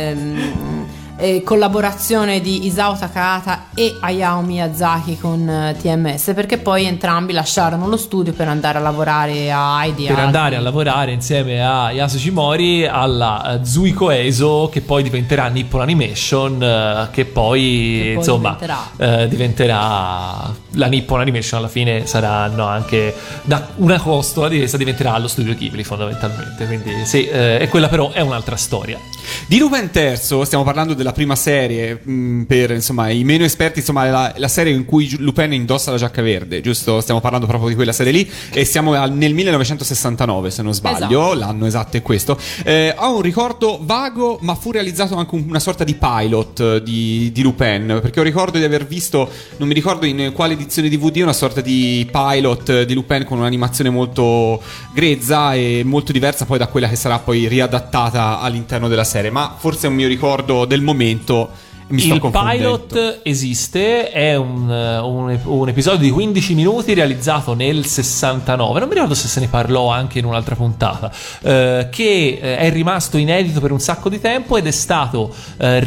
ehm, eh, collaborazione di Isao Takahata e Hayao Miyazaki con eh, T M S, perché poi entrambi lasciarono lo studio per andare a lavorare a Heidi. Per andare a lavorare insieme a Yasushi Mori alla eh, Zuiko Eiso, che poi diventerà Nippon Animation, eh, che poi, Che poi insomma diventerà. eh, diventerà la Nippon Animation. Alla fine saranno anche da una costola di essa, diventerà lo studio Ghibli fondamentalmente. Quindi sì, eh, e quella però è un'altra storia. Di Lupin terzo stiamo parlando della prima serie, mh, per insomma i meno esperti, insomma la, la serie in cui Lupin indossa la giacca verde, giusto? Stiamo parlando proprio di quella serie lì, e siamo al- nel millenovecentosessantanove, se non sbaglio. Esatto. L'anno esatto è questo. Eh, ho un ricordo vago, ma fu realizzato anche un- una sorta di pilot eh, di, di Lupin, perché ho ricordo di aver visto, non mi ricordo in quale edizione D V D, una sorta di pilot eh, di Lupin con un'animazione molto grezza e molto diversa poi da quella che sarà poi riadattata all'interno della serie, ma forse è un mio ricordo del momento. Mi sto Il confondendo. pilot esiste, è un, un, un episodio di quindici minuti realizzato nel sessantanove, non mi ricordo se se ne parlò anche in un'altra puntata, eh, che eh, è rimasto inedito per un sacco di tempo, ed è stato eh,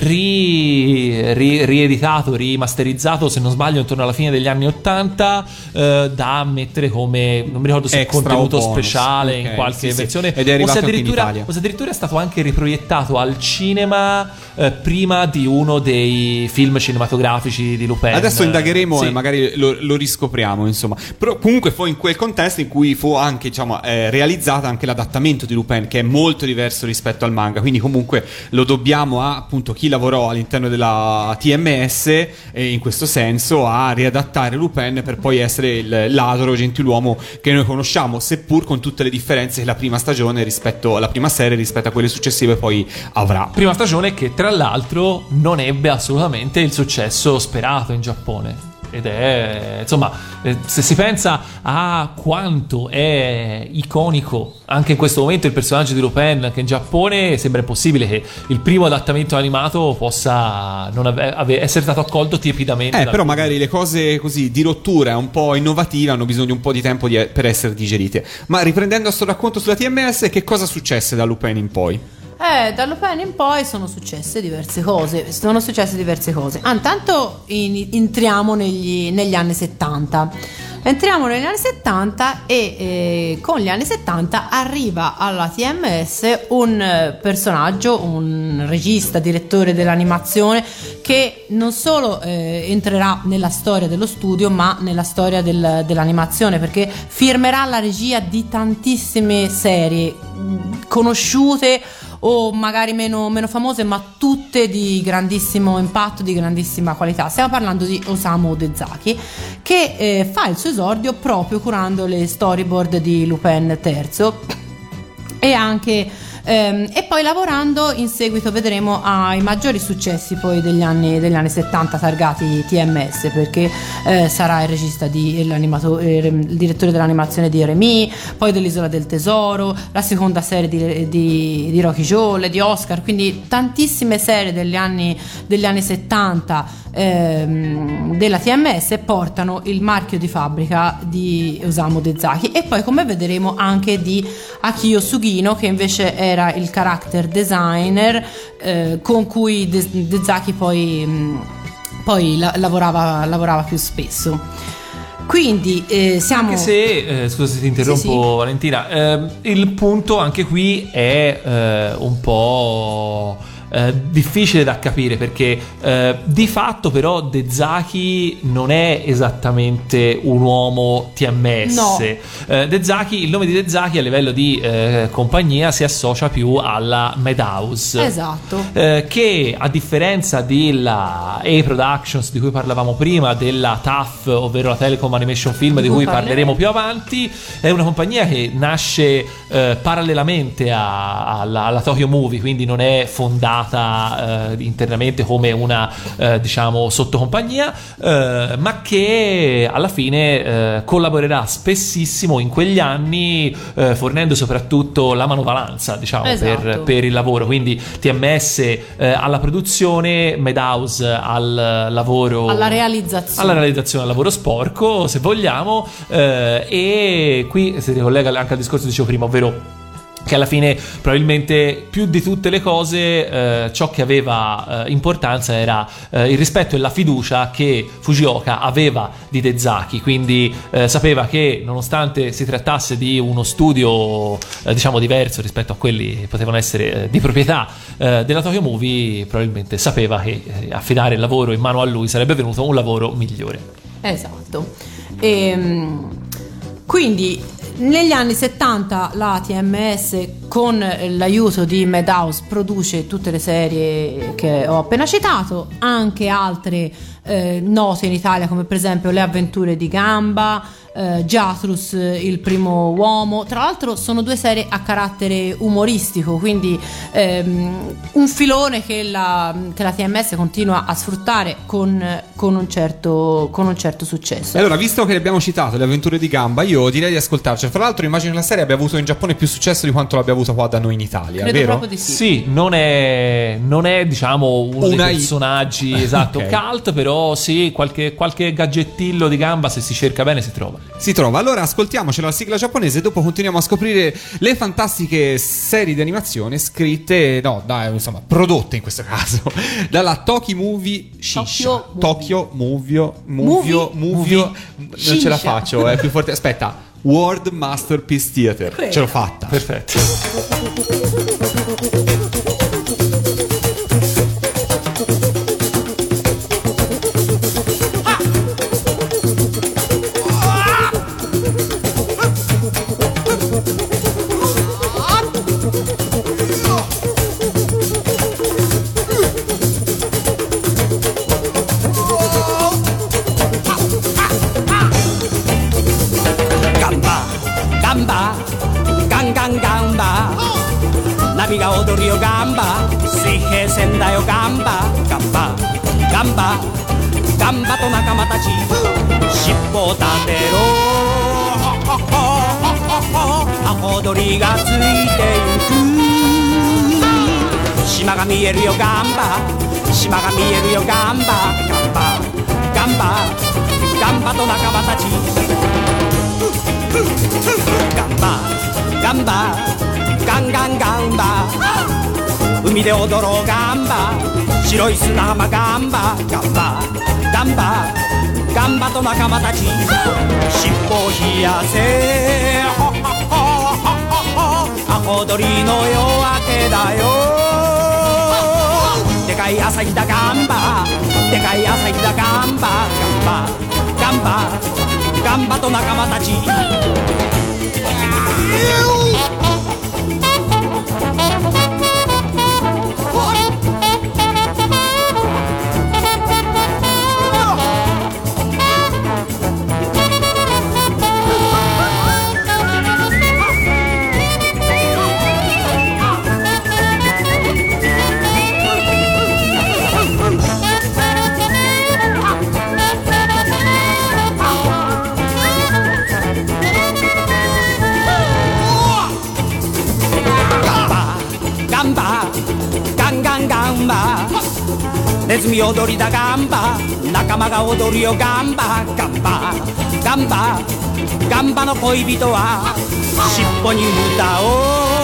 ri, ri- rieditato, rimasterizzato, se non sbaglio intorno alla fine degli anni ottanta, eh, da mettere come, non mi ricordo se Extra contenuto o bonus. speciale Ok, in qualche sì, sì. versione, Ed è o arrivato se anche in addirittura, Italia. o se addirittura è stato anche riproiettato al cinema eh, prima di uno dei film cinematografici di Lupin. Adesso indagheremo Sì. e magari lo, lo riscopriamo, insomma. Però comunque fu in quel contesto in cui fu anche, diciamo, eh, realizzata anche l'adattamento di Lupin, che è molto diverso rispetto al manga. Quindi comunque lo dobbiamo a appunto chi lavorò all'interno della T M S, e in questo senso a riadattare Lupin per poi essere il ladro gentiluomo che noi conosciamo, seppur con tutte le differenze che la prima stagione rispetto alla prima serie rispetto a quelle successive poi avrà. Prima stagione che tra l'altro non ebbe assolutamente il successo sperato in Giappone. ed è insomma, eh, se si pensa a quanto è iconico anche in questo momento il personaggio di Lupin, che in Giappone sembra impossibile che il primo adattamento animato possa non ave- ave- essere stato accolto tiepidamente. Eh, dal però pubblico. magari le cose così di rottura, un po' innovative, hanno bisogno di un po' di tempo di- per essere digerite. Ma riprendendo sto racconto sulla T M S, che cosa successe da Lupin in poi? Eh, da Lupin in poi sono successe diverse cose. Sono successe diverse cose. Ah, intanto in- entriamo negli, negli anni settanta. Entriamo negli anni settanta e eh, con gli anni settanta arriva alla T M S un eh, personaggio, un regista, direttore dell'animazione che non solo eh, entrerà nella storia dello studio, ma nella storia del- dell'animazione, perché firmerà la regia di tantissime serie mh, conosciute o magari meno, meno famose, ma tutte di grandissimo impatto, di grandissima qualità. Stiamo parlando di Osamu Dezaki, che eh, fa il suo esordio proprio curando le storyboard di Lupin terzo e anche ehm, e poi lavorando in seguito, vedremo, ai maggiori successi poi degli anni, degli anni settanta targati T M S, perché eh, sarà il regista di l'animato- eh, il direttore dell'animazione di Remy, poi dell'Isola del Tesoro, la seconda serie di, di, di Rocky Joe, di Oscar, quindi tantissime serie degli anni, degli anni settanta ehm, della T M S portano il marchio di fabbrica di Osamu Dezaki, e poi, come vedremo, anche di Akio Sugino, che invece era il character designer eh, con cui De- Dezaki poi, mh, poi la- lavorava, lavorava più spesso. Quindi eh, siamo... Anche se, eh, scusa se ti interrompo, Sì, sì. Valentina, ehm, il punto anche qui è eh, un po' eh, difficile da capire, perché eh, di fatto però Dezaki non è esattamente un uomo T M S. No. Eh, Dezaki, il nome di Dezaki a livello di eh, compagnia si associa più alla Madhouse. Esatto. Eh, che a differenza della A Productions di cui parlavamo prima, della T A F, ovvero la Telecom Animation Film, di Di cui cui parleremo più avanti, è una compagnia che nasce eh, parallelamente a- alla, alla Tokyo Movie, quindi non è fondata eh, internamente come una eh, diciamo sottocompagnia, eh, ma che alla fine eh, collaborerà spessissimo in quegli anni, eh, fornendo soprattutto la manovalanza, diciamo, Esatto. per, per il lavoro. Quindi T M S eh, alla produzione, Madhouse al lavoro, Alla realizzazione. alla realizzazione, al lavoro sporco, se vogliamo, eh, e qui si ricollega anche al discorso che dicevo prima, ovvero che alla fine probabilmente più di tutte le cose eh, ciò che aveva eh, importanza era eh, il rispetto e la fiducia che Fujioka aveva di Dezaki, quindi eh, sapeva che nonostante si trattasse di uno studio eh, diciamo diverso rispetto a quelli che potevano essere eh, di proprietà eh, della Tokyo Movie, probabilmente sapeva che eh, affidare il lavoro in mano a lui sarebbe venuto un lavoro migliore. Esatto. Ehm, quindi negli anni settanta la T M S, con l'aiuto di Madhouse, produce tutte le serie che ho appena citato, anche altre eh, note in Italia, come per esempio Le avventure di Gamba, eh, Jatrus, il primo uomo. Tra l'altro sono due serie a carattere umoristico, quindi ehm, un filone che la, che la T M S continua a sfruttare con, con, un certo, con un certo successo. E allora, visto che abbiamo citato Le avventure di Gamba, io direi di ascoltarci. Fra l'altro immagino che la serie abbia avuto in Giappone più successo di quanto l'abbia avuto qua da noi in Italia, Credo vero? proprio di sì. Sì, non è, non è diciamo uno Una dei i- personaggi esatto Ok. cult, però sì, qualche, qualche gadgettillo di Gamba, se si cerca bene, si trova. Si trova. Allora ascoltiamocela la sigla giapponese e dopo continuiamo a scoprire le fantastiche serie di animazione scritte, no, dai, insomma, prodotte in questo caso dalla Tokyo Movie Shisha. Tokyo Movie. Tokyo Movie Movie Movie Non ce la Shisha. faccio, è più forte. Aspetta. World Masterpiece Theater. Prego. Ce l'ho fatta. Perfetto. Gamba, gamba, gang gang gamba. ナビが踊るよガンバ水平線だよガンバガンバガンバガンバと仲間たち尻尾を立てろアホ鳥がついてゆく島が見えるよガンバ島が見えるよガンバガンバガンバガンバと仲間たちガンバガンバガンガンガンバ海で踊ろうガンバ白い砂浜ガンバガンバガンバガンバと仲間たち尻尾を冷やせホッホッホッホッホッアホ鳥の夜明けだよでかい朝日だガンバでかい朝日だガンバガンバガンバガンバと仲間たちネズミ踊りだガンバ仲間が踊るよガンバガンバガンバガンバの恋人は尻尾に歌を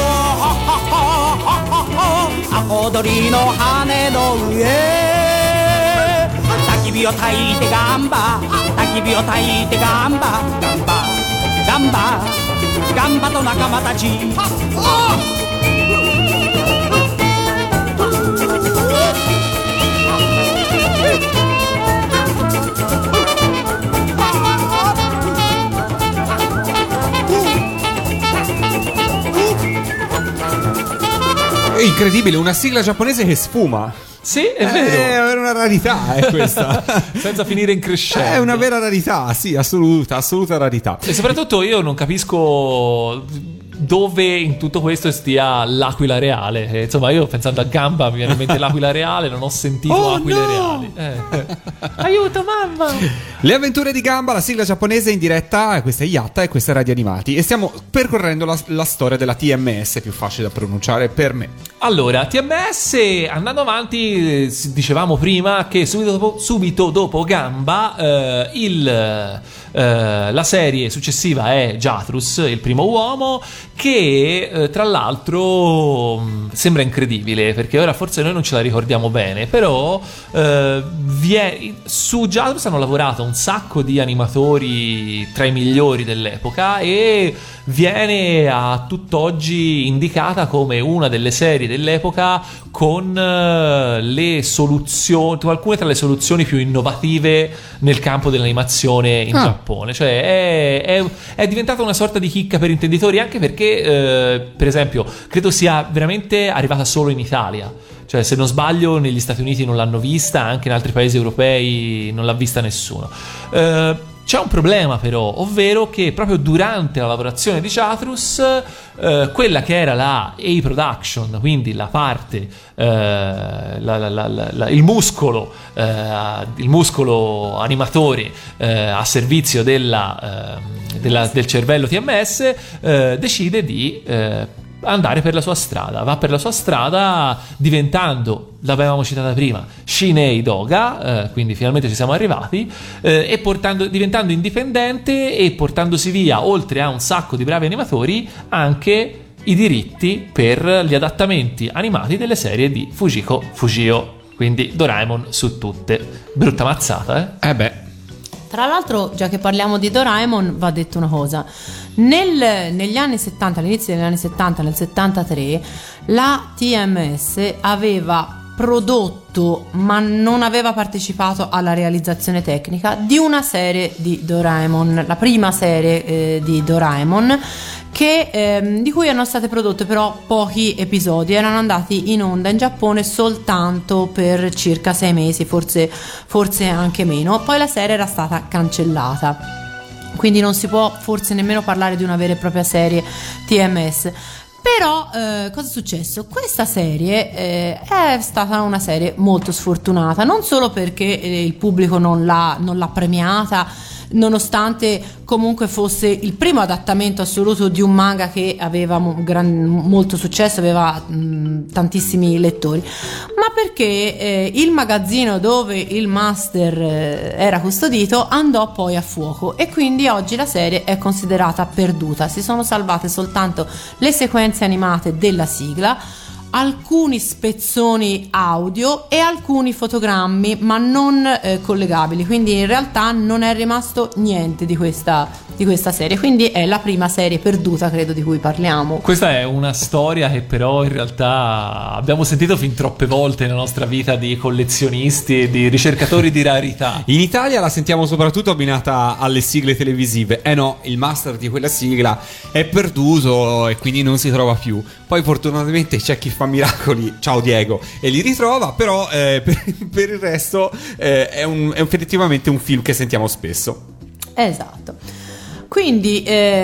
アホ鳥の羽の上焚き火を焚いてガンバ焚き火を焚いてガンバガンバガンバガンバと仲間たち È incredibile, una sigla giapponese che sfuma. Sì, è vero. È una rarità, è questa. Senza finire in crescendo. È una vera rarità, sì, assoluta, assoluta rarità. E soprattutto io non capisco dove in tutto questo stia l'aquila reale. E, insomma, io pensando a Gamba mi viene in mente l'aquila reale, non ho sentito oh, aquile no! reali. Eh. Aiuto, mamma! Le avventure di Gamba, la sigla giapponese in diretta, questa è Yatta e questa è Radio Animati. E stiamo percorrendo la, la storia della T M S, più facile da pronunciare per me. Allora, T M S, andando avanti, dicevamo prima che subito dopo, subito dopo Gamba eh, il, eh, la serie successiva è Jatrus, il primo uomo, che eh, tra l'altro mh, sembra incredibile, perché ora forse noi non ce la ricordiamo bene, però eh, vie, su Jatrus hanno lavorato un sacco di animatori tra i migliori dell'epoca e viene a tutt'oggi indicata come una delle serie dell'epoca con uh, le soluzioni, alcune tra le soluzioni più innovative nel campo dell'animazione in ah. Giappone. Cioè è, è, è diventata una sorta di chicca per intenditori, anche perché uh, per esempio credo sia veramente arrivata solo in Italia. Cioè, se non sbaglio, negli Stati Uniti non l'hanno vista, anche in altri paesi europei non l'ha vista nessuno. Uh, C'è un problema però, ovvero che proprio durante la lavorazione di Jatrus eh, quella che era la A-Production, quindi la parte, eh, la, la, la, la, il muscolo, eh, il muscolo animatore eh, a servizio della, eh, della, del cervello T M S, eh, decide di eh, andare per la sua strada, va per la sua strada diventando, l'avevamo citata prima, Shinei Doga, eh, quindi finalmente ci siamo arrivati, eh, e portando, diventando indipendente e portandosi via, oltre a un sacco di bravi animatori, anche i diritti per gli adattamenti animati delle serie di Fujiko Fujio, quindi Doraemon su tutte. Brutta mazzata, eh? Eh beh. Tra l'altro, già che parliamo di Doraemon, va detto una cosa. Nel, negli anni settanta, all'inizio degli anni settanta, nel settantatré, la T M S aveva prodotto, ma non aveva partecipato alla realizzazione tecnica di una serie di Doraemon, la prima serie eh, di Doraemon, che, ehm, di cui erano state prodotte però pochi episodi, erano andati in onda in Giappone soltanto per circa sei mesi, forse, forse anche meno. Poi la serie era stata cancellata, quindi non si può forse nemmeno parlare di una vera e propria serie T M S. Però eh, cosa è successo? Questa serie eh, è stata una serie molto sfortunata, non solo perché eh, il pubblico non l'ha, non l'ha premiata, nonostante comunque fosse il primo adattamento assoluto di un manga che aveva mo- gran, molto successo, aveva mh, tantissimi lettori, ma perché eh, il magazzino dove il master eh, era custodito andò poi a fuoco e quindi oggi la serie è considerata perduta. Si sono salvate soltanto le sequenze animate della sigla, alcuni spezzoni audio e alcuni fotogrammi, ma non eh, collegabili, quindi in realtà non è rimasto niente di questa, di questa serie, quindi è la prima serie perduta, credo, di cui parliamo. Questa è una storia che però in realtà abbiamo sentito fin troppe volte nella nostra vita di collezionisti e di ricercatori di rarità. In Italia la sentiamo soprattutto abbinata alle sigle televisive. Eh no, il master di quella sigla è perduto e quindi non si trova più. Poi fortunatamente c'è chi fa miracoli, ciao Diego, e li ritrova, però eh, per, per il resto eh, è, un, è effettivamente un film che sentiamo spesso. Esatto. Quindi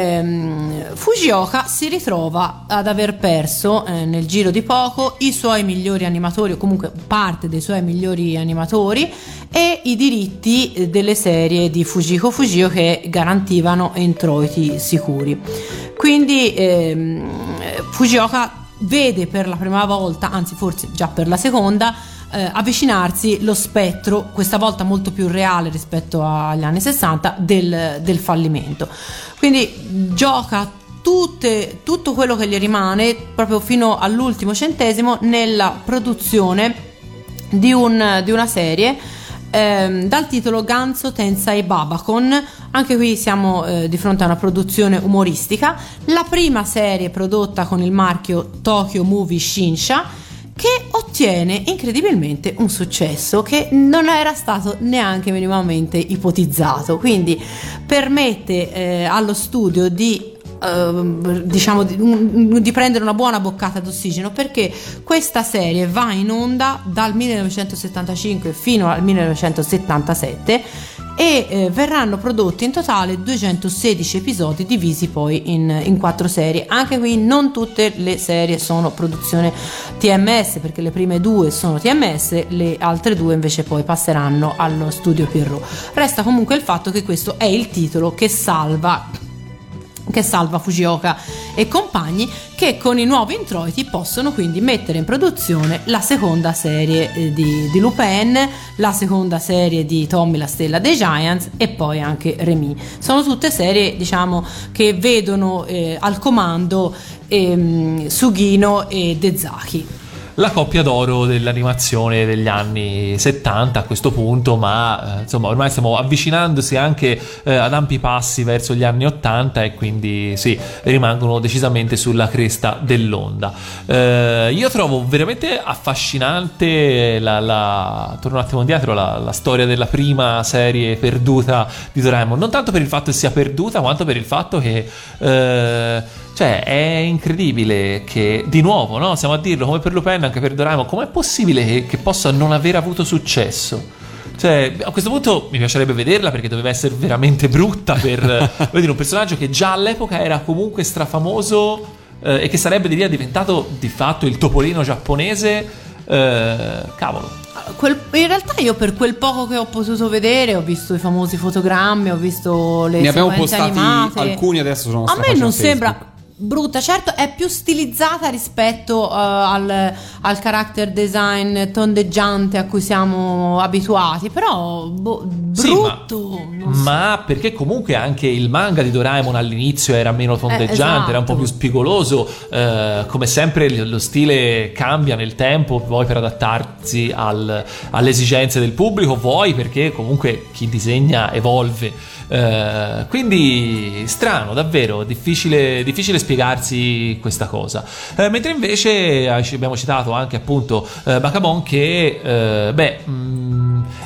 ehm, Fujioka si ritrova ad aver perso eh, nel giro di poco i suoi migliori animatori, o comunque parte dei suoi migliori animatori, e i diritti delle serie di Fujiko Fujio che garantivano introiti sicuri. Quindi ehm, Fujioka vede per la prima volta, anzi forse già per la seconda, eh, avvicinarsi lo spettro, questa volta molto più reale rispetto agli anni sessanta, del, del fallimento. Quindi gioca tutte, tutto quello che gli rimane, proprio fino all'ultimo centesimo, nella produzione di, un, di una serie ehm, dal titolo Ganso Tensai Babakon. Anche qui siamo eh, di fronte a una produzione umoristica, la prima serie prodotta con il marchio Tokyo Movie Shinsha, che ottiene incredibilmente un successo che non era stato neanche minimamente ipotizzato, quindi permette eh, allo studio di Uh, diciamo di, um, di prendere una buona boccata d'ossigeno, perché questa serie va in onda dal millenovecentosettantacinque fino al millenovecentosettantasette e eh, verranno prodotti in totale duecentosedici episodi divisi poi in, in quattro serie. Anche qui non tutte le serie sono produzione T M S, perché le prime due sono T M S, le altre due invece poi passeranno allo studio Pierrot. Resta comunque il fatto che questo è il titolo che salva che salva Fujioka e compagni, che con i nuovi introiti possono quindi mettere in produzione la seconda serie eh, di, di Lupin, la seconda serie di Tommy la stella dei Giants e poi anche Remy. Sono tutte serie, diciamo, che vedono eh, al comando ehm, Sugino e Dezaki. La coppia d'oro dell'animazione degli anni settanta a questo punto, ma eh, insomma ormai stiamo avvicinandosi anche eh, ad ampi passi verso gli anni ottanta e quindi sì, rimangono decisamente sulla cresta dell'onda. Eh, io trovo veramente affascinante la, la torno un attimo indietro la, la storia della prima serie perduta di Doraemon, non tanto per il fatto che sia perduta quanto per il fatto che eh, cioè è incredibile che di nuovo, no? Siamo a dirlo come per Lupin, anche per Doraemon, com'è possibile che, che possa non aver avuto successo? Cioè a questo punto mi piacerebbe vederla, perché doveva essere veramente brutta per voglio dire, un personaggio che già all'epoca era comunque strafamoso eh, e che sarebbe di via diventato di fatto il topolino giapponese. eh, cavolo Quel, in realtà io per quel poco che ho potuto vedere ho visto i famosi fotogrammi, ho visto le ne abbiamo sequenze postati animate. alcuni adesso sulla nostra a me non pagina sembra Facebook. brutta, certo è più stilizzata rispetto uh, al, al character design tondeggiante a cui siamo abituati, però boh, brutto sì, ma, non so. ma perché comunque anche il manga di Doraemon all'inizio era meno tondeggiante, eh, esatto. era un po' più spigoloso, eh, come sempre lo stile cambia nel tempo, vuoi per adattarsi al, alle esigenze del pubblico, vuoi perché comunque chi disegna evolve. Uh, quindi strano, davvero difficile, difficile spiegarsi questa cosa, uh, mentre invece abbiamo citato anche appunto uh, Bakabon che uh, beh mh,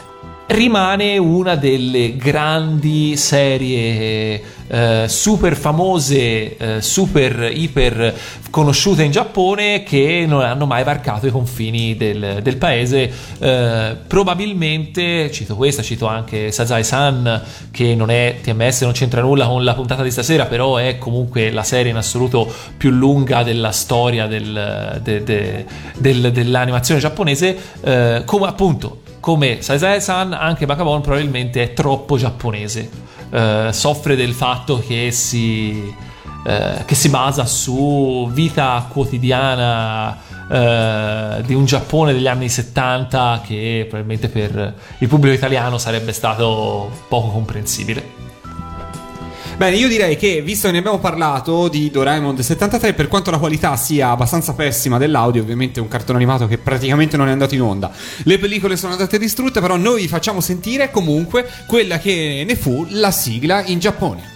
rimane una delle grandi serie eh, super famose, eh, super iper conosciute in Giappone, che non hanno mai varcato i confini del, del paese. Eh, probabilmente, cito questa, cito anche Sazae-san, che non è T M S, non c'entra nulla con la puntata di stasera, però è comunque la serie in assoluto più lunga della storia del, de, de, del, dell'animazione giapponese. Eh, come appunto come Sazae-san, anche Bakabon probabilmente è troppo giapponese, eh, soffre del fatto che si, eh, che si basa su vita quotidiana eh, di un Giappone degli anni settanta, che probabilmente per il pubblico italiano sarebbe stato poco comprensibile. Bene, io direi che, visto che ne abbiamo parlato di Doraemon del settantatré, per quanto la qualità sia abbastanza pessima dell'audio, ovviamente è un cartone animato che praticamente non è andato in onda, le pellicole sono andate distrutte, però noi vi facciamo sentire comunque quella che ne fu la sigla in Giappone.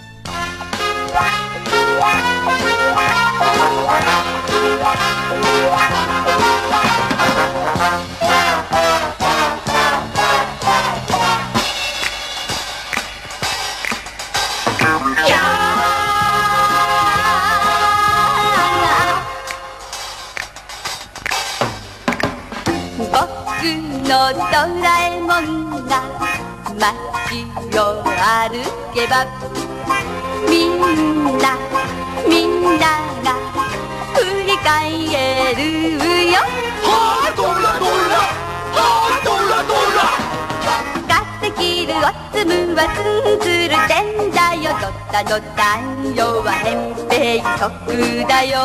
ドラえもんが街を歩けばみんなみんなが振り返るよ。はあ、ドラドラ、はあ、ドラドラ。買ってきるおつむはツンツルてんだよ。ドタドタンよはへんぺいそくだよ。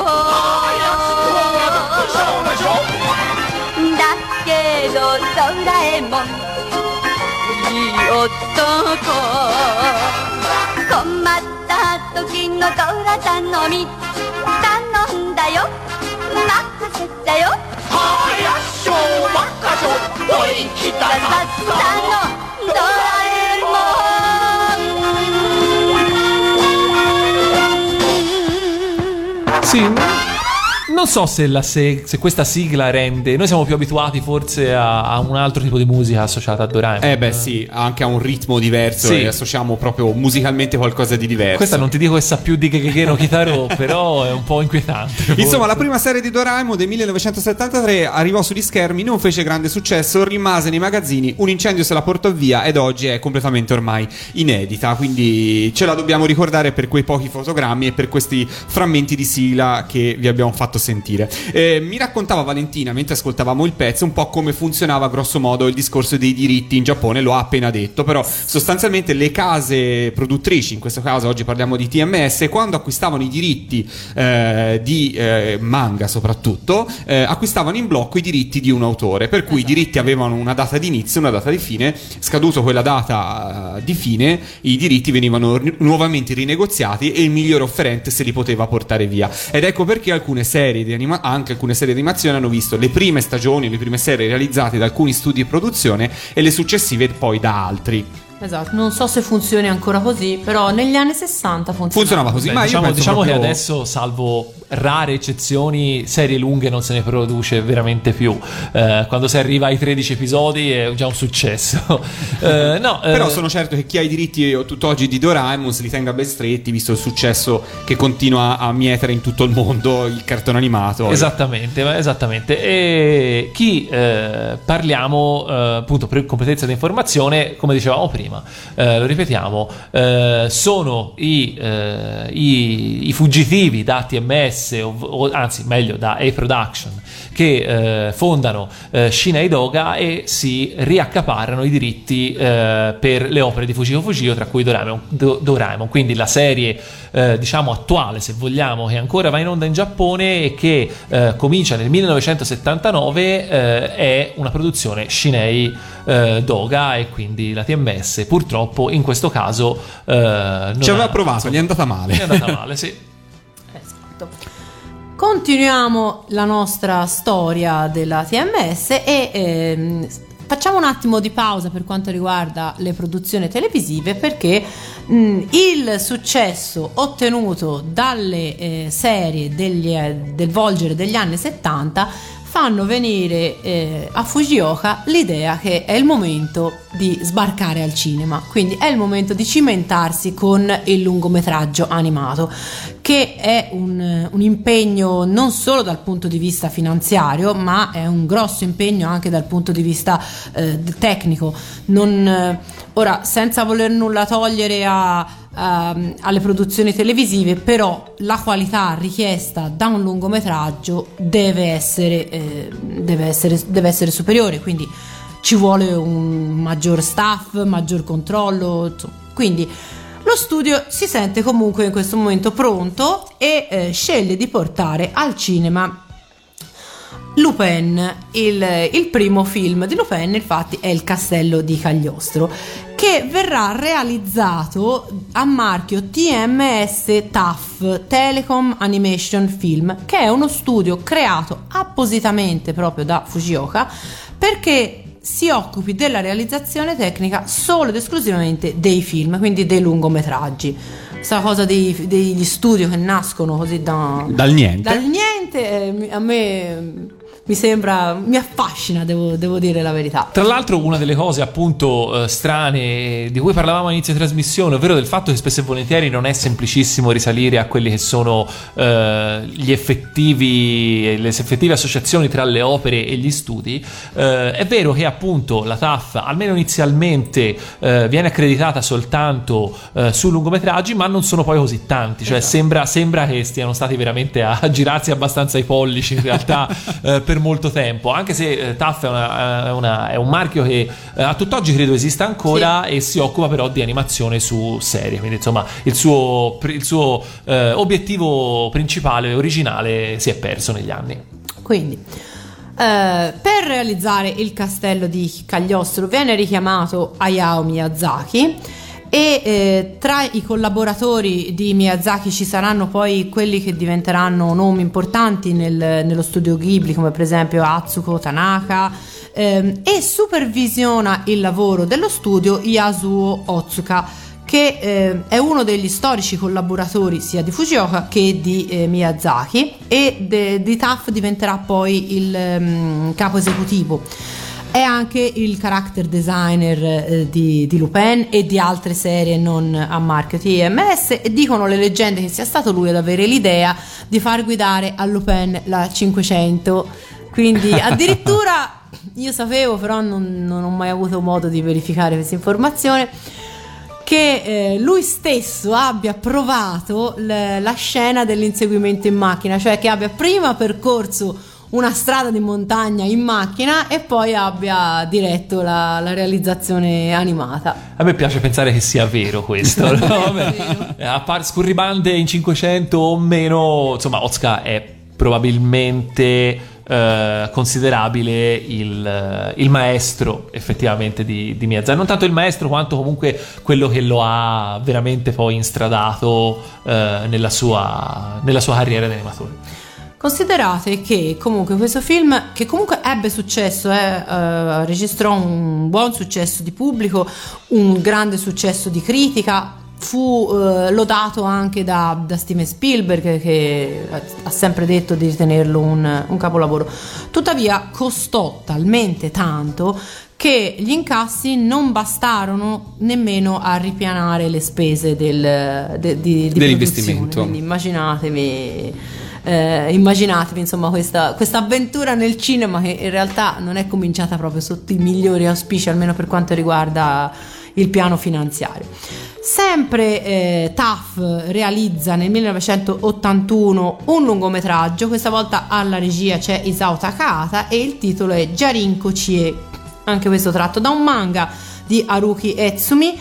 だけどドラえもんいい男、困った時のドラ頼み頼んだよ、任せたよ。はやっしょ任しょおいきたさっさのドラえもん。Sì, non so se, la, se, se questa sigla rende. Noi siamo più abituati forse a, a un altro tipo di musica associata a Doraemon. Eh beh sì, anche a un ritmo diverso, sì. E associamo proprio musicalmente qualcosa di diverso. Questa non ti dico che sa più di Gegegero Kitaro, però è un po' inquietante. Insomma, forse. La prima serie di Doraemon del millenovecentosettantatré arrivò sugli schermi, non fece grande successo, rimase nei magazzini, un incendio se la portò via ed oggi è completamente ormai inedita, quindi ce la dobbiamo ricordare per quei pochi fotogrammi e per questi frammenti di sigla che vi abbiamo fatto sentire. Eh, mi raccontava Valentina mentre ascoltavamo il pezzo un po' come funzionava grosso modo il discorso dei diritti in Giappone. Lo ha appena detto, però sostanzialmente le case produttrici, in questo caso oggi parliamo di T M S, quando acquistavano i diritti eh, di eh, manga soprattutto, eh, acquistavano in blocco i diritti di un autore, per cui esatto. I diritti avevano una data di inizio, una data di fine. Scaduto quella data uh, di fine, i diritti venivano ri- nuovamente rinegoziati e il migliore offerente se li poteva portare via. Ed ecco perché alcune serie di anima- anche alcune serie di animazione hanno visto le prime stagioni, le prime serie realizzate da alcuni studi di produzione e le successive poi da altri. Esatto, non so se funzioni ancora così, però negli anni sessanta funzionava, funzionava così. Beh, ma diciamo io diciamo proprio... che adesso, salvo rare eccezioni, serie lunghe non se ne produce veramente più. Eh, quando si arriva ai tredici episodi è già un successo. eh, no, Però eh... sono certo che chi ha i diritti tutt'oggi di Doraemon se li tenga ben stretti, visto il successo che continua a mietere in tutto il mondo il cartone animato. Esattamente, esattamente. E chi eh, parliamo eh, appunto per completezza di informazione, come dicevamo prima, eh, lo ripetiamo, eh, sono i, eh, i, i fuggitivi da T M S, o, o anzi meglio da A-Production, che eh, fondano eh, Shinei Doga e si riaccaparrano i diritti eh, per le opere di Fujio Fujio, tra cui Doraemon, Do, Doraemon. Quindi la serie eh, diciamo attuale, se vogliamo, che ancora va in onda in Giappone e che eh, comincia nel millenovecentosettantanove, eh, è una produzione Shinei eh, Doga, e quindi la T M S purtroppo in questo caso eh, non ci aveva ha, provato, insomma, gli è andata male. Gli è andata male, sì. Esatto. Continuiamo la nostra storia della T M S e ehm, facciamo un attimo di pausa per quanto riguarda le produzioni televisive, perché mh, il successo ottenuto dalle eh, serie degli, eh, del volgere degli anni settanta fanno venire eh, a Fujioka l'idea che è il momento di sbarcare al cinema, quindi è il momento di cimentarsi con il lungometraggio animato, che è un, un impegno non solo dal punto di vista finanziario, ma è un grosso impegno anche dal punto di vista eh, tecnico. Non, eh, ora, senza voler nulla togliere a Uh, alle produzioni televisive, però la qualità richiesta da un lungometraggio deve essere, eh, deve essere, deve essere superiore, quindi ci vuole un maggior staff, maggior controllo, insomma. Quindi lo studio si sente comunque in questo momento pronto e eh, sceglie di portare al cinema Lupin. Il, il primo film di Lupin, infatti, è Il Castello di Cagliostro, che verrà realizzato a marchio T M S T A F, Telecom Animation Film, che è uno studio creato appositamente proprio da Fujioka perché si occupi della realizzazione tecnica solo ed esclusivamente dei film, quindi dei lungometraggi. Questa cosa dei, degli studio che nascono così da, dal niente, dal niente eh, a me mi sembra, mi affascina, devo, devo dire la verità. Tra l'altro, una delle cose appunto eh, strane di cui parlavamo all'inizio di trasmissione, ovvero del fatto che spesso e volentieri non è semplicissimo risalire a quelli che sono eh, gli effettivi le effettive associazioni tra le opere e gli studi. Eh, è vero che appunto la T A F, almeno inizialmente, eh, viene accreditata soltanto eh, su lungometraggi, ma non sono poi così tanti, cioè esatto. sembra, sembra che stiano stati veramente a girarsi abbastanza i pollici in realtà eh, per molto tempo, anche se eh, T A F è, una, è, una, è un marchio che eh, a tutt'oggi credo esista ancora, sì. E si occupa però di animazione su serie, quindi insomma il suo, il suo eh, obiettivo principale originale si è perso negli anni. Quindi eh, per realizzare Il Castello di Cagliostro viene richiamato Hayao Miyazaki, e eh, tra i collaboratori di Miyazaki ci saranno poi quelli che diventeranno nomi importanti nel, nello studio Ghibli, come per esempio Atsuko Tanaka, ehm, e supervisiona il lavoro dello studio Yasuo Otsuka, che eh, è uno degli storici collaboratori sia di Fujioka che di eh, Miyazaki, e de, di T A F diventerà poi il um, capo esecutivo. È anche il character designer eh, di, di Lupin e di altre serie non a marchio T M S, e dicono le leggende che sia stato lui ad avere l'idea di far guidare a Lupin la cinquecento, quindi addirittura io sapevo, però non, non ho mai avuto modo di verificare questa informazione, che eh, lui stesso abbia provato l- la scena dell'inseguimento in macchina, cioè che abbia prima percorso una strada di montagna in macchina e poi abbia diretto la, la realizzazione animata. A me piace pensare che sia vero questo, no? Vabbè, a parte scurribande in cinquecento o meno, insomma Otsuka è probabilmente eh, considerabile il, il maestro effettivamente di, di Miyazaki, non tanto il maestro quanto comunque quello che lo ha veramente poi instradato eh, nella sua, nella sua carriera di animatore. Considerate che comunque questo film, che comunque ebbe successo, eh, eh, registrò un buon successo di pubblico, un grande successo di critica, fu eh, lodato anche da, da Steven Spielberg, che, che ha sempre detto di ritenerlo un, un capolavoro. Tuttavia costò talmente tanto che gli incassi non bastarono nemmeno a ripianare le spese del, de, di, di dell'investimento. Quindi immaginatevi Eh, immaginatevi insomma questa, questa avventura nel cinema, che in realtà non è cominciata proprio sotto i migliori auspici, almeno per quanto riguarda il piano finanziario. Sempre eh, T A F realizza nel millenovecentottantuno un lungometraggio, questa volta alla regia c'è Isao Takahata e il titolo è Jarinko Chie, anche questo tratto da un manga di Haruki Etsumi.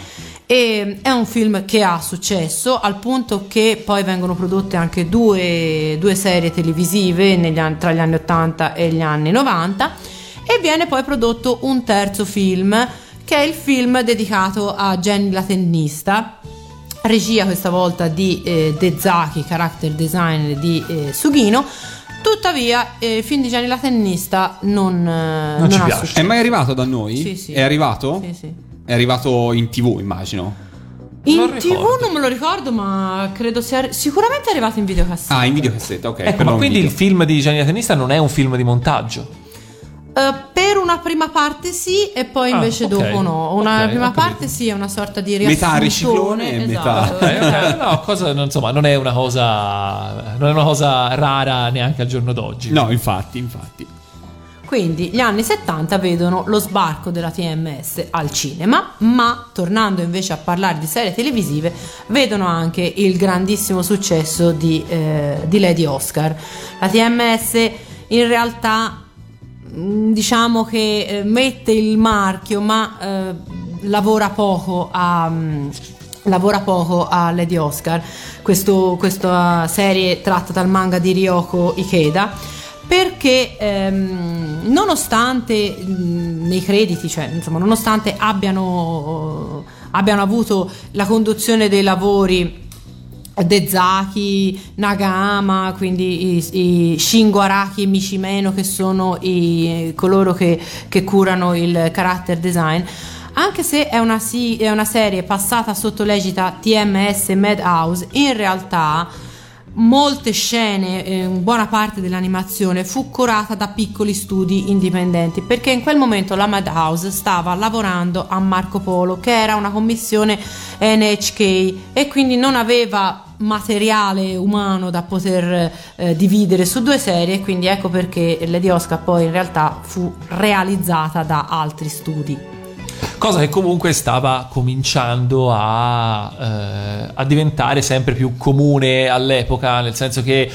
E è un film che ha successo al punto che poi vengono prodotte anche due, due serie televisive negli anni, tra gli anni ottanta e gli anni novanta, e viene poi prodotto un terzo film, che è il film dedicato a Jenny la tennista, regia questa volta di eh, Dezaki, character designer di eh, Sugino. Tuttavia eh, il film di Jenny la tennista non, non, non ci ha piace. successo. È mai arrivato da noi? Sì, sì. È arrivato? Sì, sì. È arrivato in tivù, immagino. In Non tivù ricordo. non me lo ricordo, ma credo sia sicuramente arrivato in videocassetta. Ah, in videocassetta, ok. Ecco, però ma un quindi video. il film di Gianni da Tennista non è un film di montaggio? Eh, per una prima parte sì, e poi Ah, invece ok. dopo no. Una Ok, prima ho capito. parte sì, è una sorta di Metà riassuntone, riciclone e esatto. metà- Eh, ok, no, cosa, non- insomma, non è una cosa non è una cosa rara neanche al giorno d'oggi. No, infatti, infatti. Quindi gli anni settanta vedono lo sbarco della T M S al cinema, ma tornando invece a parlare di serie televisive, vedono anche il grandissimo successo di, eh, di Lady Oscar. La T M S in realtà mh, diciamo che eh, mette il marchio, ma eh, lavora poco a... mh, lavora poco a Lady Oscar, questo, questa serie tratta dal manga di Ryoko Ikeda, perché ehm, nonostante mh, nei crediti, cioè insomma nonostante abbiano, abbiano avuto la conduzione dei lavori Dezaki, Nagama, quindi i, i Shingo Araki e Michimeno, che sono i, coloro che, che curano il character design, anche se è una, sì, è una serie passata sotto l'egida T M S Madhouse, in realtà molte scene, eh, buona parte dell'animazione fu curata da piccoli studi indipendenti, perché in quel momento la Madhouse stava lavorando a Marco Polo, che era una commissione N H K, e quindi non aveva materiale umano da poter eh, dividere su due serie, quindi ecco perché Lady Oscar poi in realtà fu realizzata da altri studi. Cosa che comunque stava cominciando a, eh, a diventare sempre più comune all'epoca, nel senso che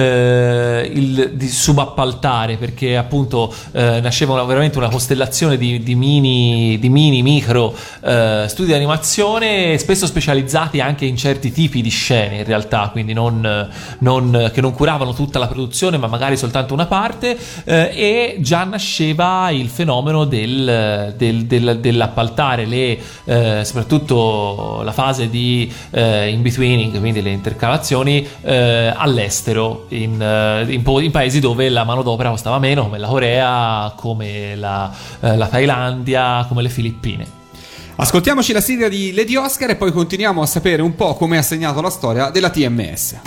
eh, il di subappaltare, perché appunto eh, nasceva una, veramente una costellazione di, di mini, di mini micro eh, studi di animazione, spesso specializzati anche in certi tipi di scene in realtà, quindi non, non, che non curavano tutta la produzione ma magari soltanto una parte, eh, e già nasceva il fenomeno del, del, del, dell'appaltare le, eh, soprattutto la fase di eh, in-betweening, quindi le intercalazioni eh, all'estero, in, eh, in, po- in paesi dove la manodopera costava meno, come la Corea, come la, eh, la Thailandia, come le Filippine. Ascoltiamoci la sigla di Lady Oscar e poi continuiamo a sapere un po' come ha segnato la storia della T M S.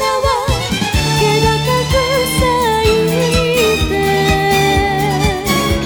「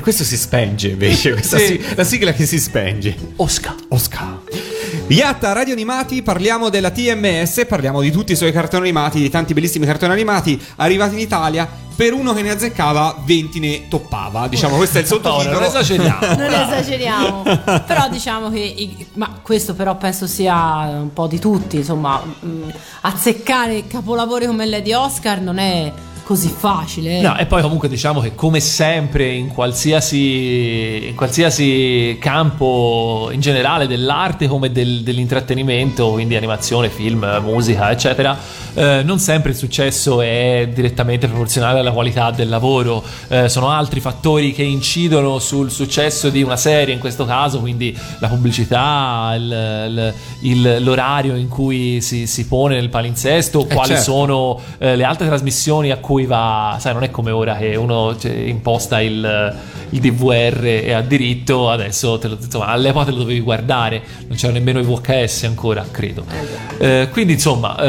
questo si spenge invece, questa Sì. si- la sigla che si spenge. Oscar. Oscar. Yatta Radio Animati, parliamo della T M S, parliamo di tutti i suoi cartoni animati, di tanti bellissimi cartoni animati arrivati in Italia. Per uno che ne azzeccava, venti ne toppava. Diciamo, questo è il No, sottotitolo. non esageriamo. Non esageriamo, però diciamo che i- ma questo però penso sia un po' di tutti, insomma, mh, azzeccare capolavori come Lady Oscar non è così facile. eh. No, e poi comunque diciamo che come sempre in qualsiasi, in qualsiasi campo in generale dell'arte come del- dell'intrattenimento, quindi animazione, film, musica, eccetera, eh, non sempre il successo è direttamente proporzionale alla qualità del lavoro. Eh, sono altri fattori che incidono sul successo di una serie, in questo caso, quindi la pubblicità, il- il- il- l'orario in cui si, si pone nel palinsesto, Eh, quali certo. sono eh, le altre trasmissioni a cui va, sai, non è come ora che uno cioè, imposta il, il D V R e ha diritto, adesso te lo, insomma, all'epoca te lo dovevi guardare, non c'era nemmeno i V H S ancora, credo. Eh, quindi insomma,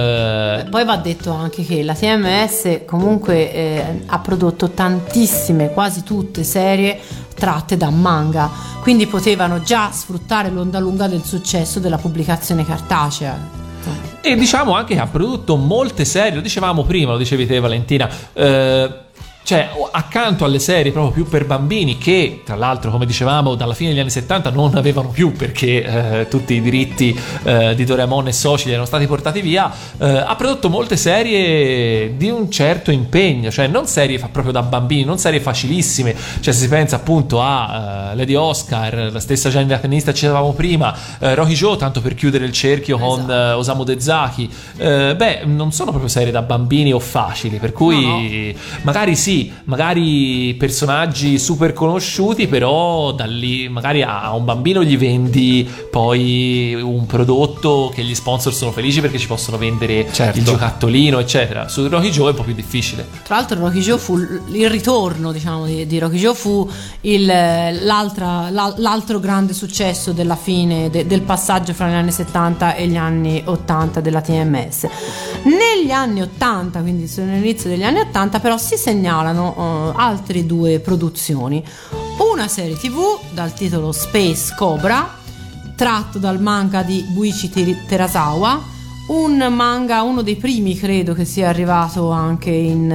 eh, Poi va detto anche che la T M S comunque eh, ha prodotto tantissime, quasi tutte serie tratte da manga, quindi potevano già sfruttare l'onda lunga del successo della pubblicazione cartacea. e diciamo anche che ha prodotto molte serie, lo dicevamo prima, lo dicevi te Valentina, eh, cioè accanto alle serie proprio più per bambini, che tra l'altro come dicevamo dalla fine degli anni settanta non avevano più, perché eh, tutti i diritti eh, di Doraemon e soci erano stati portati via, eh, ha prodotto molte serie di un certo impegno, cioè non serie fa proprio da bambini, non serie facilissime, cioè se si pensa appunto a uh, Lady Oscar, la stessa Gianni la tennista citavamo prima, eh, Rocky Joe, tanto per chiudere il cerchio con Esatto. eh, Osamu Dezaki, eh, beh non sono proprio serie da bambini o facili, per cui magari sì, magari personaggi super conosciuti, però da lì magari a un bambino gli vendi poi un prodotto che gli sponsor sono felici perché ci possono vendere Certo. il giocattolino eccetera. Su Rocky Joe è un po' più difficile. Tra l'altro Rocky Joe fu l- il ritorno, diciamo, di, di Rocky Joe fu il, l'altra, la- l'altro grande successo della fine de- del passaggio fra gli anni settanta e gli anni ottanta della T M S. Negli anni ottanta, quindi all'inizio degli anni ottanta, però si segnalano uh, altre due produzioni. Una serie tivù dal titolo Space Cobra, tratto dal manga di Buichi Ter- Terasawa, un manga, uno dei primi credo che sia arrivato anche in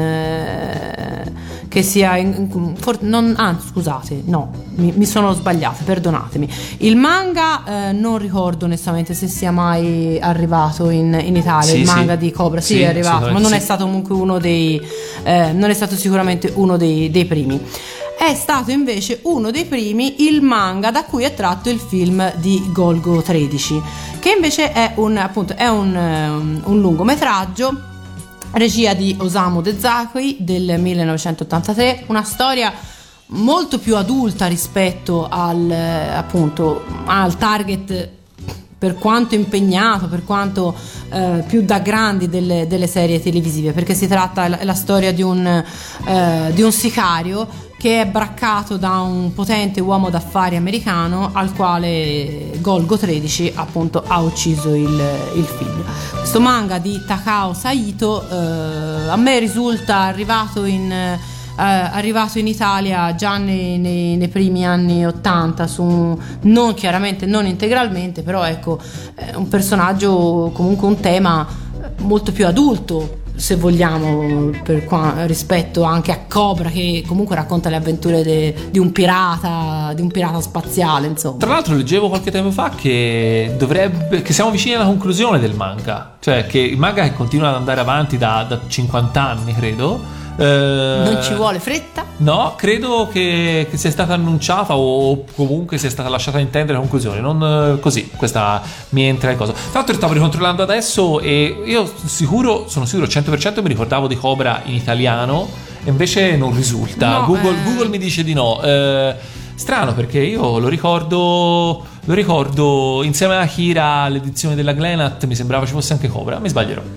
eh, che sia in, in- for- non, anzi scusate, no, mi, mi sono sbagliata, perdonatemi. Il manga eh, non ricordo onestamente se sia mai arrivato in, in Italia, Sì, il sì. manga di Cobra, sì, Sì, è arrivato, ma sicuramente non è sì. stato comunque uno dei eh, non è stato sicuramente uno dei, dei primi. È stato invece uno dei primi il manga da cui è tratto il film di Golgo tredici, che invece è un, appunto, è un, um, un lungometraggio, regia di Osamu Dezaki del millenovecentottantatré, una storia molto più adulta rispetto al, eh, appunto, al target, per quanto impegnato, per quanto eh, più da grandi delle, delle serie televisive, perché si tratta è la storia di un, eh, di un sicario che è braccato da un potente uomo d'affari americano al quale Golgo tredici appunto ha ucciso il, il figlio. Questo manga di Takao Saito eh, a me risulta arrivato in eh, arrivato in Italia già nei, nei, nei primi anni ottanta, su, non chiaramente non integralmente, però ecco, è un personaggio, comunque un tema molto più adulto, se vogliamo, per qua, rispetto anche a Cobra, che comunque racconta le avventure de, di un pirata di un pirata spaziale, insomma. Tra l'altro leggevo qualche tempo fa che dovrebbe che siamo vicini alla conclusione del manga, cioè che il manga che continua ad andare avanti da, da cinquanta anni credo. Eh, Non ci vuole fretta. No, credo che, che sia stata annunciata o comunque sia stata lasciata intendere la conclusione. Non eh, così, questa mi entra in cosa. Tra l'altro stavo ricontrollando adesso e io sicuro, sono sicuro cento per cento mi ricordavo di Cobra in italiano e invece non risulta. No, Google, eh. Google mi dice di no. Eh, strano, perché io lo ricordo lo ricordo insieme a Akira, l'edizione della Glenat, mi sembrava ci fosse anche Cobra, mi sbaglierò.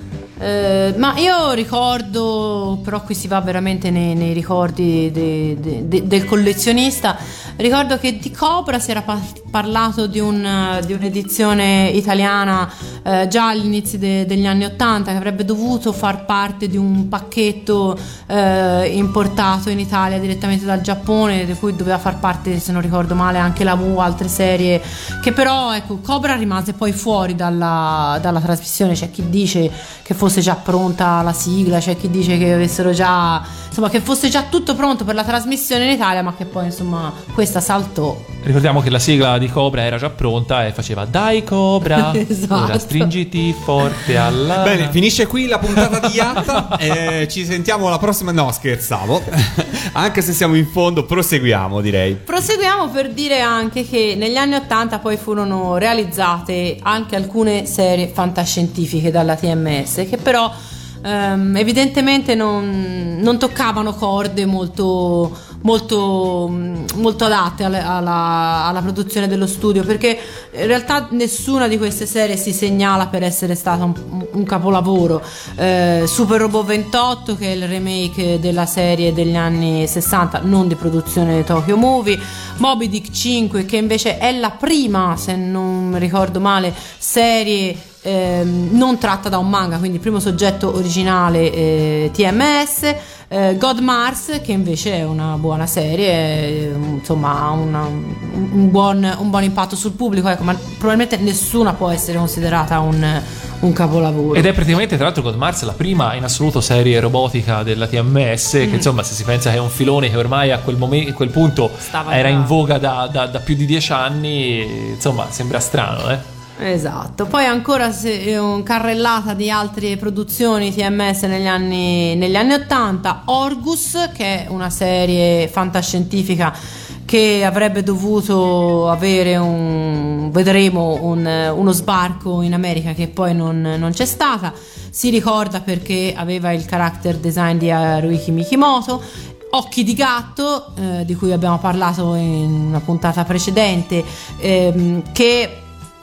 Eh, ma io ricordo, però qui si va veramente nei, nei ricordi de, de, de, del collezionista, ricordo che di Cobra si era pa- parlato di, un, di un'edizione italiana eh, già agli inizi de, degli anni ottanta, che avrebbe dovuto far parte di un pacchetto eh, importato in Italia direttamente dal Giappone, di cui doveva far parte, se non ricordo male, anche la Mu, altre serie, che però ecco, Cobra rimase poi fuori dalla, dalla trasmissione. C'è chi dice che fosse già pronta la sigla, c'è chi dice che avessero già, insomma, che fosse già tutto pronto per la trasmissione in Italia, ma che poi insomma questa saltò. Ricordiamo che la sigla di Cobra era già pronta e faceva dai Cobra, esatto. Ora stringiti forte alla... Bene, finisce qui la puntata di Yatta. eh, ci sentiamo la prossima. No, scherzavo. Anche se siamo in fondo, proseguiamo, direi. Proseguiamo per dire anche che negli anni ottanta poi furono realizzate anche alcune serie fantascientifiche dalla T M S, che però ehm, evidentemente non, non toccavano corde molto molto, molto adatte alla, alla, alla produzione dello studio, perché in realtà nessuna di queste serie si segnala per essere stata un, un capolavoro. eh, Super Robot ventotto, che è il remake della serie degli anni sessanta, non di produzione Tokyo Movie, Moby Dick cinque, che invece è la prima, se non mi ricordo male, serie ehm, non tratta da un manga, quindi il primo soggetto originale eh, T M S. eh, God Mars, che invece è una buona serie, eh, insomma ha una, un, un, buon, un buon impatto sul pubblico, ecco, ma probabilmente nessuna può essere considerata un, un capolavoro. Ed è praticamente, tra l'altro, God Mars la prima in assoluto serie robotica della T M S, mm. che insomma, se si pensa che è un filone che ormai a quel, momento, a quel punto Stava era già. in voga da, da, da più di dieci anni, insomma sembra strano, eh? Esatto. Poi ancora se, un carrellata di altre produzioni T M S negli anni, negli anni ottanta. Orgus, che è una serie fantascientifica che avrebbe dovuto avere un, vedremo un, uno sbarco in America, che poi non, non c'è stata. Si ricorda perché aveva il character design di Haruki Mikimoto. Occhi di gatto, eh, di cui abbiamo parlato in una puntata precedente, ehm, che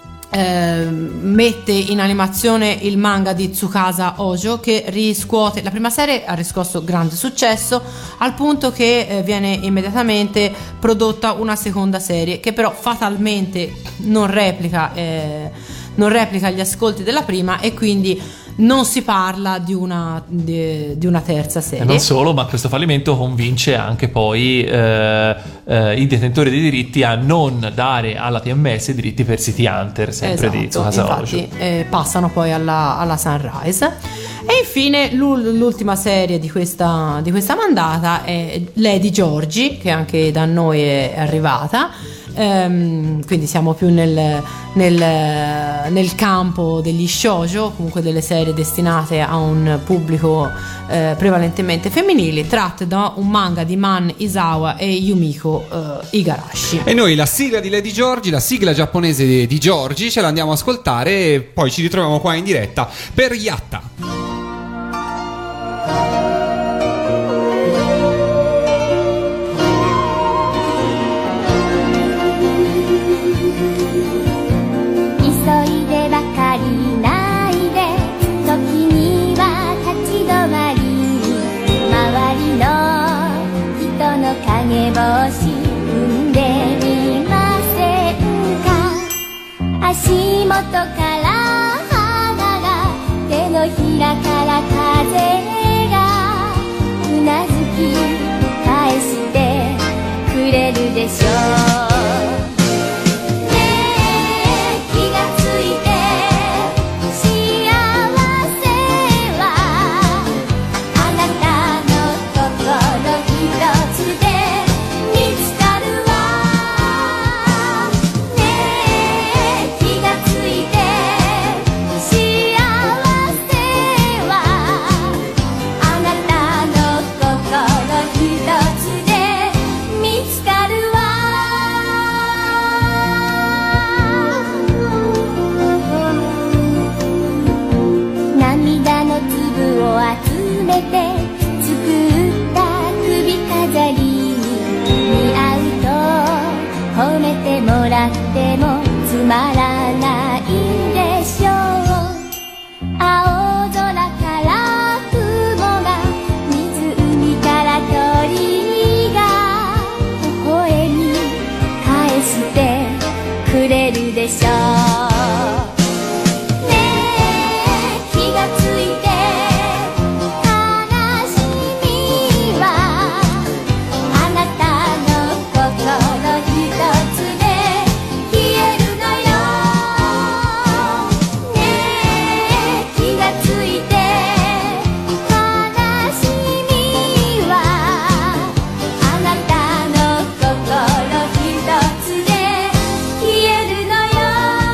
Eh, mette in animazione il manga di Tsukasa Ojo, che riscuote, la prima serie ha riscosso grande successo, al punto che eh, viene immediatamente prodotta una seconda serie, che però fatalmente non replica eh, non replica gli ascolti della prima, e quindi non si parla di una, di, di una terza serie. E non solo, ma questo fallimento convince anche poi eh, eh, i detentori dei diritti a non dare alla T M S i diritti per City Hunter, sempre esatto, di Tsukasa Ojo. Infatti eh, passano poi alla, alla Sunrise. E infine l'ultima serie di questa, di questa mandata è Lady Georgie, che anche da noi è arrivata. Um, quindi siamo più nel, nel, nel campo degli shoujo, comunque delle serie destinate a un pubblico eh, prevalentemente femminili, tratte da un manga di Man Isawa e Yumiko eh, Igarashi. E noi la sigla di Lady Georgie, la sigla giapponese di, di Georgie, ce la andiamo a ascoltare e poi ci ritroviamo qua in diretta per Yatta. 星踏んでみませんか足元から花が手のひらから風がうなずき返してくれるでしょうもらってもつまらないんでしょう青空かえるでしょうねえ気がついて悲しみはあなたの心ひとつで消えるのよねえ気がついて悲しみはあなたの心ひとつで消えるのよ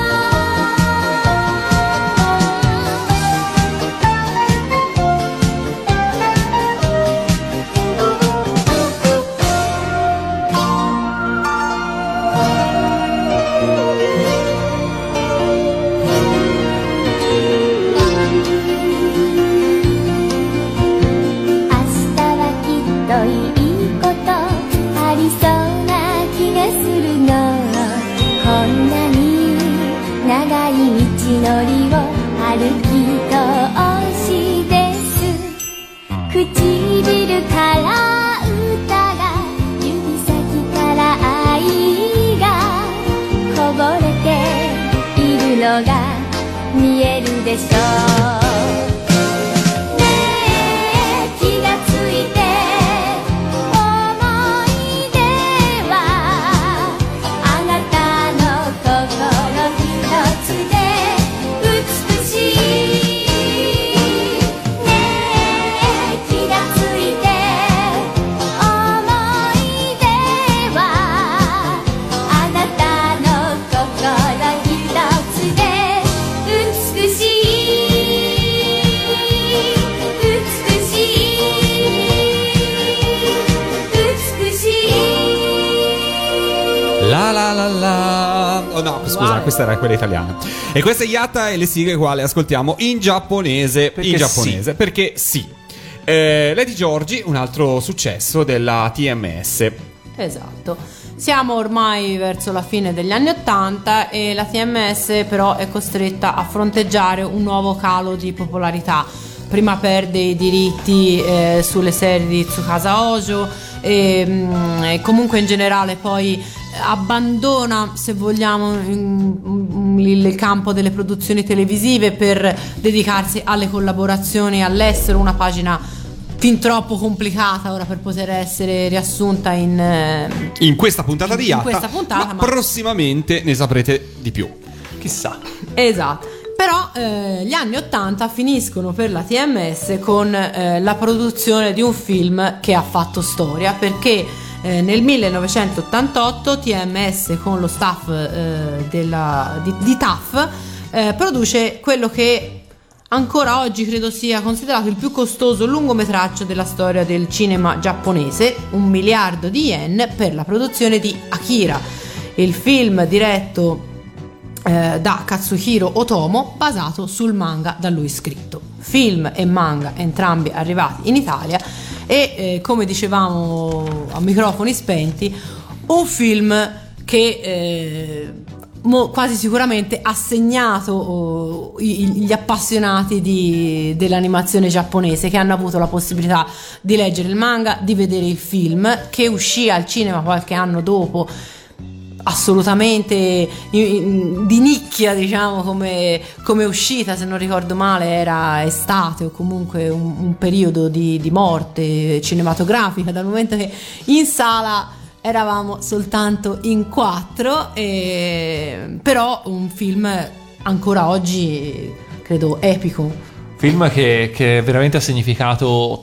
明日はきっといいことありそうな気がするのこんなに長い道のりを歩き通しです唇から歌が指先から愛がこぼれているのが見えるでしょうねえ気がついて思い出はあなたの心ひとつで美しいねえ気がついて思い出はあなたの心ひとつで美しい美しい美しい La la la la. Oh no, scusa, Wow. questa era quella italiana. E questa è Yatta e le sigle quali ascoltiamo in giapponese. Perché in giapponese, sì. perché sì. Eh, Lady Giorgi, un altro successo della T M S. Esatto. Siamo ormai verso la fine degli anni Ottanta e la T M S però è costretta a fronteggiare un nuovo calo di popolarità. Prima perde i diritti eh, sulle serie di Tsukasa Ojo e, mm, e comunque in generale poi abbandona, se vogliamo, in- il il campo delle produzioni televisive per dedicarsi alle collaborazioni all'estero, una pagina fin troppo complicata ora per poter essere riassunta in, eh, In questa puntata In- di in Yatta. questa puntata, ma ma- prossimamente ne saprete di più. Chissà. Esatto. Però eh, gli anni Ottanta finiscono per la T M S con eh, la produzione di un film che ha fatto storia, perché eh, nel millenovecentottantotto T M S con lo staff eh, della, di, di T A F eh, produce quello che ancora oggi credo sia considerato il più costoso lungometraggio della storia del cinema giapponese, un miliardo di yen per la produzione di Akira, il film diretto eh, da Katsuhiro Otomo, basato sul manga da lui scritto. Film e manga entrambi arrivati in Italia e eh, come dicevamo a microfoni spenti, un film che eh, mo- quasi sicuramente ha segnato oh, i- gli appassionati di- dell'animazione giapponese, che hanno avuto la possibilità di leggere il manga, di vedere il film che uscì al cinema qualche anno dopo, assolutamente in- in- di nicchia, diciamo, come, come uscita. Se non ricordo male era estate o comunque un, un periodo di, di morte cinematografica, dal momento che in sala eravamo soltanto in quattro, e, però un film ancora oggi credo epico. Film che, che veramente ha significato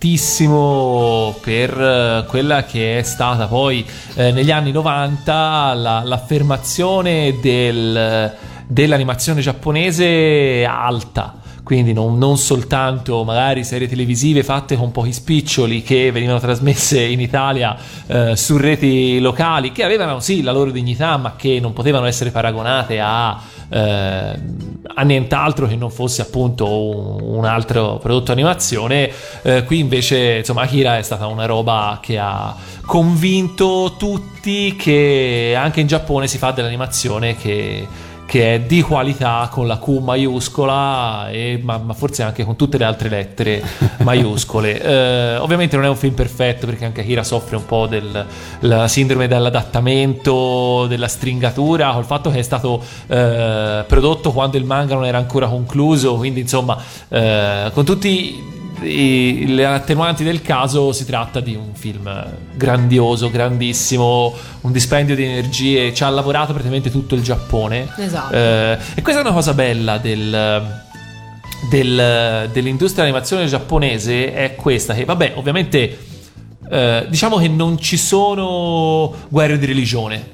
tantissimo per eh, quella che è stata poi eh, negli anni novanta la- l'affermazione del- dell'animazione giapponese alta. Quindi non, non soltanto magari serie televisive fatte con pochi spiccioli che venivano trasmesse in Italia eh, su reti locali, che avevano sì la loro dignità, ma che non potevano essere paragonate a, eh, a nient'altro che non fosse appunto un, un altro prodotto animazione. Eh, qui invece insomma Akira è stata una roba che ha convinto tutti che anche in Giappone si fa dell'animazione che che è di qualità con la Q maiuscola e, ma, ma forse anche con tutte le altre lettere maiuscole. Eh, ovviamente non è un film perfetto, perché anche Akira soffre un po' della sindrome dell'adattamento, della stringatura, col fatto che è stato eh, prodotto quando il manga non era ancora concluso, quindi insomma eh, con tutti i, le attenuanti del caso si tratta di un film grandioso, grandissimo, un dispendio di energie. Ci ha lavorato praticamente tutto il Giappone. Esatto. Eh, e questa è una cosa bella del, del, dell'industria dell'animazione giapponese, è questa, che vabbè, ovviamente eh, diciamo che non ci sono guerre di religione.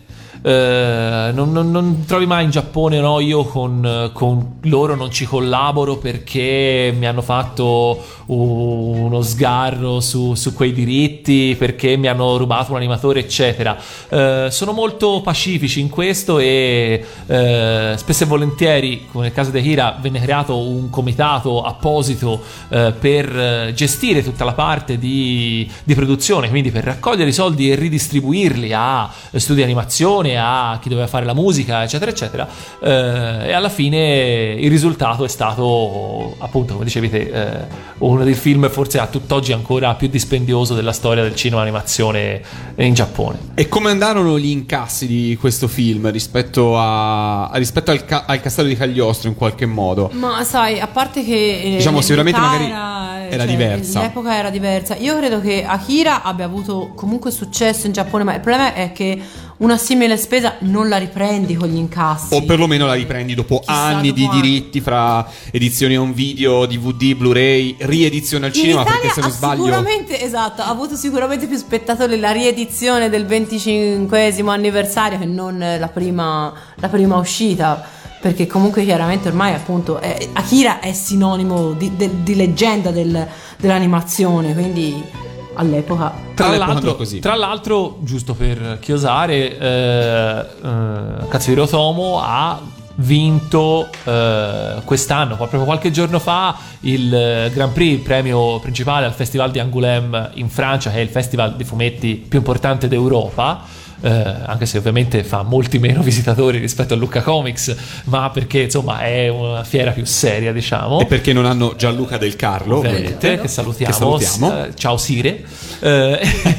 Uh, non, non, non trovi mai in Giappone, no, io con, con loro non ci collaboro perché mi hanno fatto uno sgarro su, su quei diritti, perché mi hanno rubato un animatore, eccetera. Uh, sono molto pacifici in questo e uh, spesso e volentieri, come nel caso di Akira, venne creato un comitato apposito uh, per gestire tutta la parte di, di produzione, quindi per raccogliere i soldi e ridistribuirli a studi di animazione, a chi doveva fare la musica, eccetera eccetera, eh, e alla fine il risultato è stato, appunto, come dicevi te, eh, uno dei film forse a tutt'oggi ancora più dispendioso della storia del cinema animazione in Giappone. E come andarono gli incassi di questo film rispetto a rispetto al, ca- al Castello di Cagliostro, in qualche modo? Ma sai, a parte che eh, diciamo sicuramente magari era, era cioè, diversa, l'epoca era diversa. Io credo che Akira abbia avuto comunque successo in Giappone, ma il problema è che una simile spesa non la riprendi con gli incassi, o perlomeno la riprendi dopo Chissà anni dopo di anni. diritti fra edizioni on video, D V D, Blu-ray, riedizione al cinema, in Italia perché se non ha sbaglio sicuramente, esatto, ha avuto sicuramente più spettatori la riedizione del venticinquesimo anniversario che non la prima, la prima uscita, perché comunque chiaramente ormai appunto è, Akira è sinonimo di, de, di leggenda del, dell'animazione, quindi all'epoca Tra All'epoca l'altro, andò così. tra l'altro, giusto per chiosare, eh, eh, Katsuhiro Otomo ha vinto eh, quest'anno, proprio qualche giorno fa, il eh, Grand Prix, il premio principale al Festival di Angoulême in Francia, che è il festival di fumetti più importante d'Europa. Eh, anche se ovviamente fa molti meno visitatori rispetto a Lucca Comics, ma perché insomma è una fiera più seria, diciamo, e perché non hanno Gianluca Del Carlo, ovviamente, che salutiamo, che salutiamo. Eh, ciao Sire. Eh,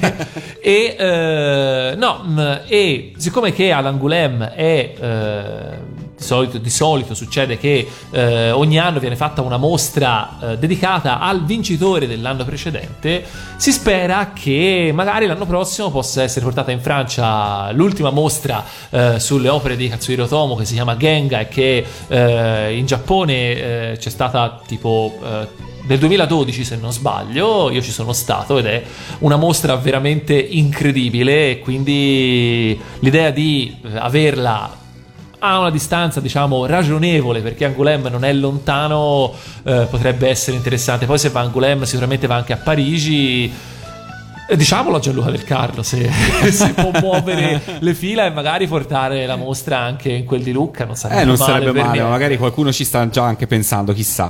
e eh, no mh, e siccome che all'Angoulême è eh, di solito, di solito succede che eh, ogni anno viene fatta una mostra eh, dedicata al vincitore dell'anno precedente, si spera che magari l'anno prossimo possa essere portata in Francia l'ultima mostra eh, sulle opere di Katsuhiro Otomo, che si chiama Genga, e che eh, in Giappone eh, c'è stata tipo eh, nel duemiladodici, se non sbaglio. Io ci sono stato ed è una mostra veramente incredibile, e quindi l'idea di averla a una distanza, diciamo, ragionevole, perché Angoulême non è lontano, eh, potrebbe essere interessante. Poi se va a Angoulême sicuramente va anche a Parigi. E diciamolo a Gianluca Del Carlo se, se può muovere le fila e magari portare la mostra anche in quel di Lucca, non sarebbe Eh, non male sarebbe per male, me. ma magari qualcuno ci sta già anche pensando, chissà.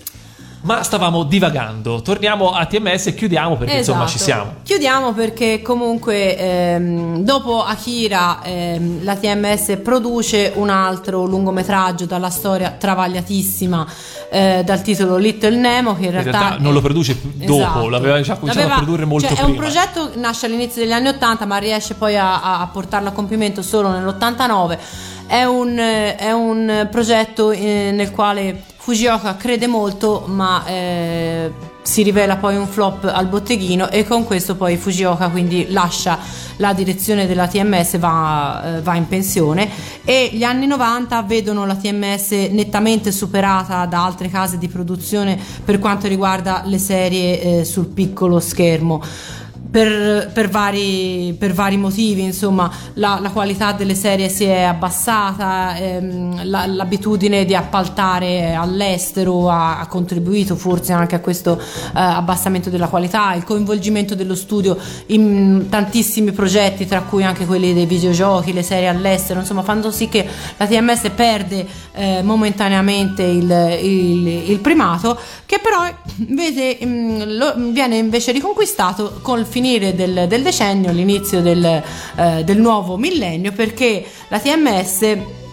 Ma stavamo divagando, torniamo a T M S e chiudiamo, perché insomma ci siamo. Chiudiamo perché comunque ehm, dopo Akira ehm, la T M S produce un altro lungometraggio dalla storia travagliatissima, eh, dal titolo Little Nemo, che in In realtà, realtà non lo produce dopo, Esatto. l'aveva già cominciato L'aveva- a produrre molto cioè, prima. è un progetto che nasce all'inizio degli anni ottanta, ma riesce poi a, a portarlo a compimento solo nell'ottantanove. È un, eh, è un progetto eh, nel quale Fujioka crede molto, ma eh, si rivela poi un flop al botteghino, e con questo poi Fujioka quindi lascia la direzione della T M S, va, eh, va in pensione, e gli anni novanta vedono la T M S nettamente superata da altre case di produzione per quanto riguarda le serie eh, sul piccolo schermo. Per, per, vari, per vari motivi, insomma, la, la qualità delle serie si è abbassata, ehm, la, l'abitudine di appaltare all'estero ha, ha contribuito forse anche a questo eh, abbassamento della qualità, il coinvolgimento dello studio in tantissimi progetti, tra cui anche quelli dei videogiochi, le serie all'estero, insomma, fanno sì che la T M S perde eh, momentaneamente il, il, il primato, che però vede, mh, lo, viene invece riconquistato col finire del, del decennio, l'inizio del, eh, del nuovo millennio, perché la T M S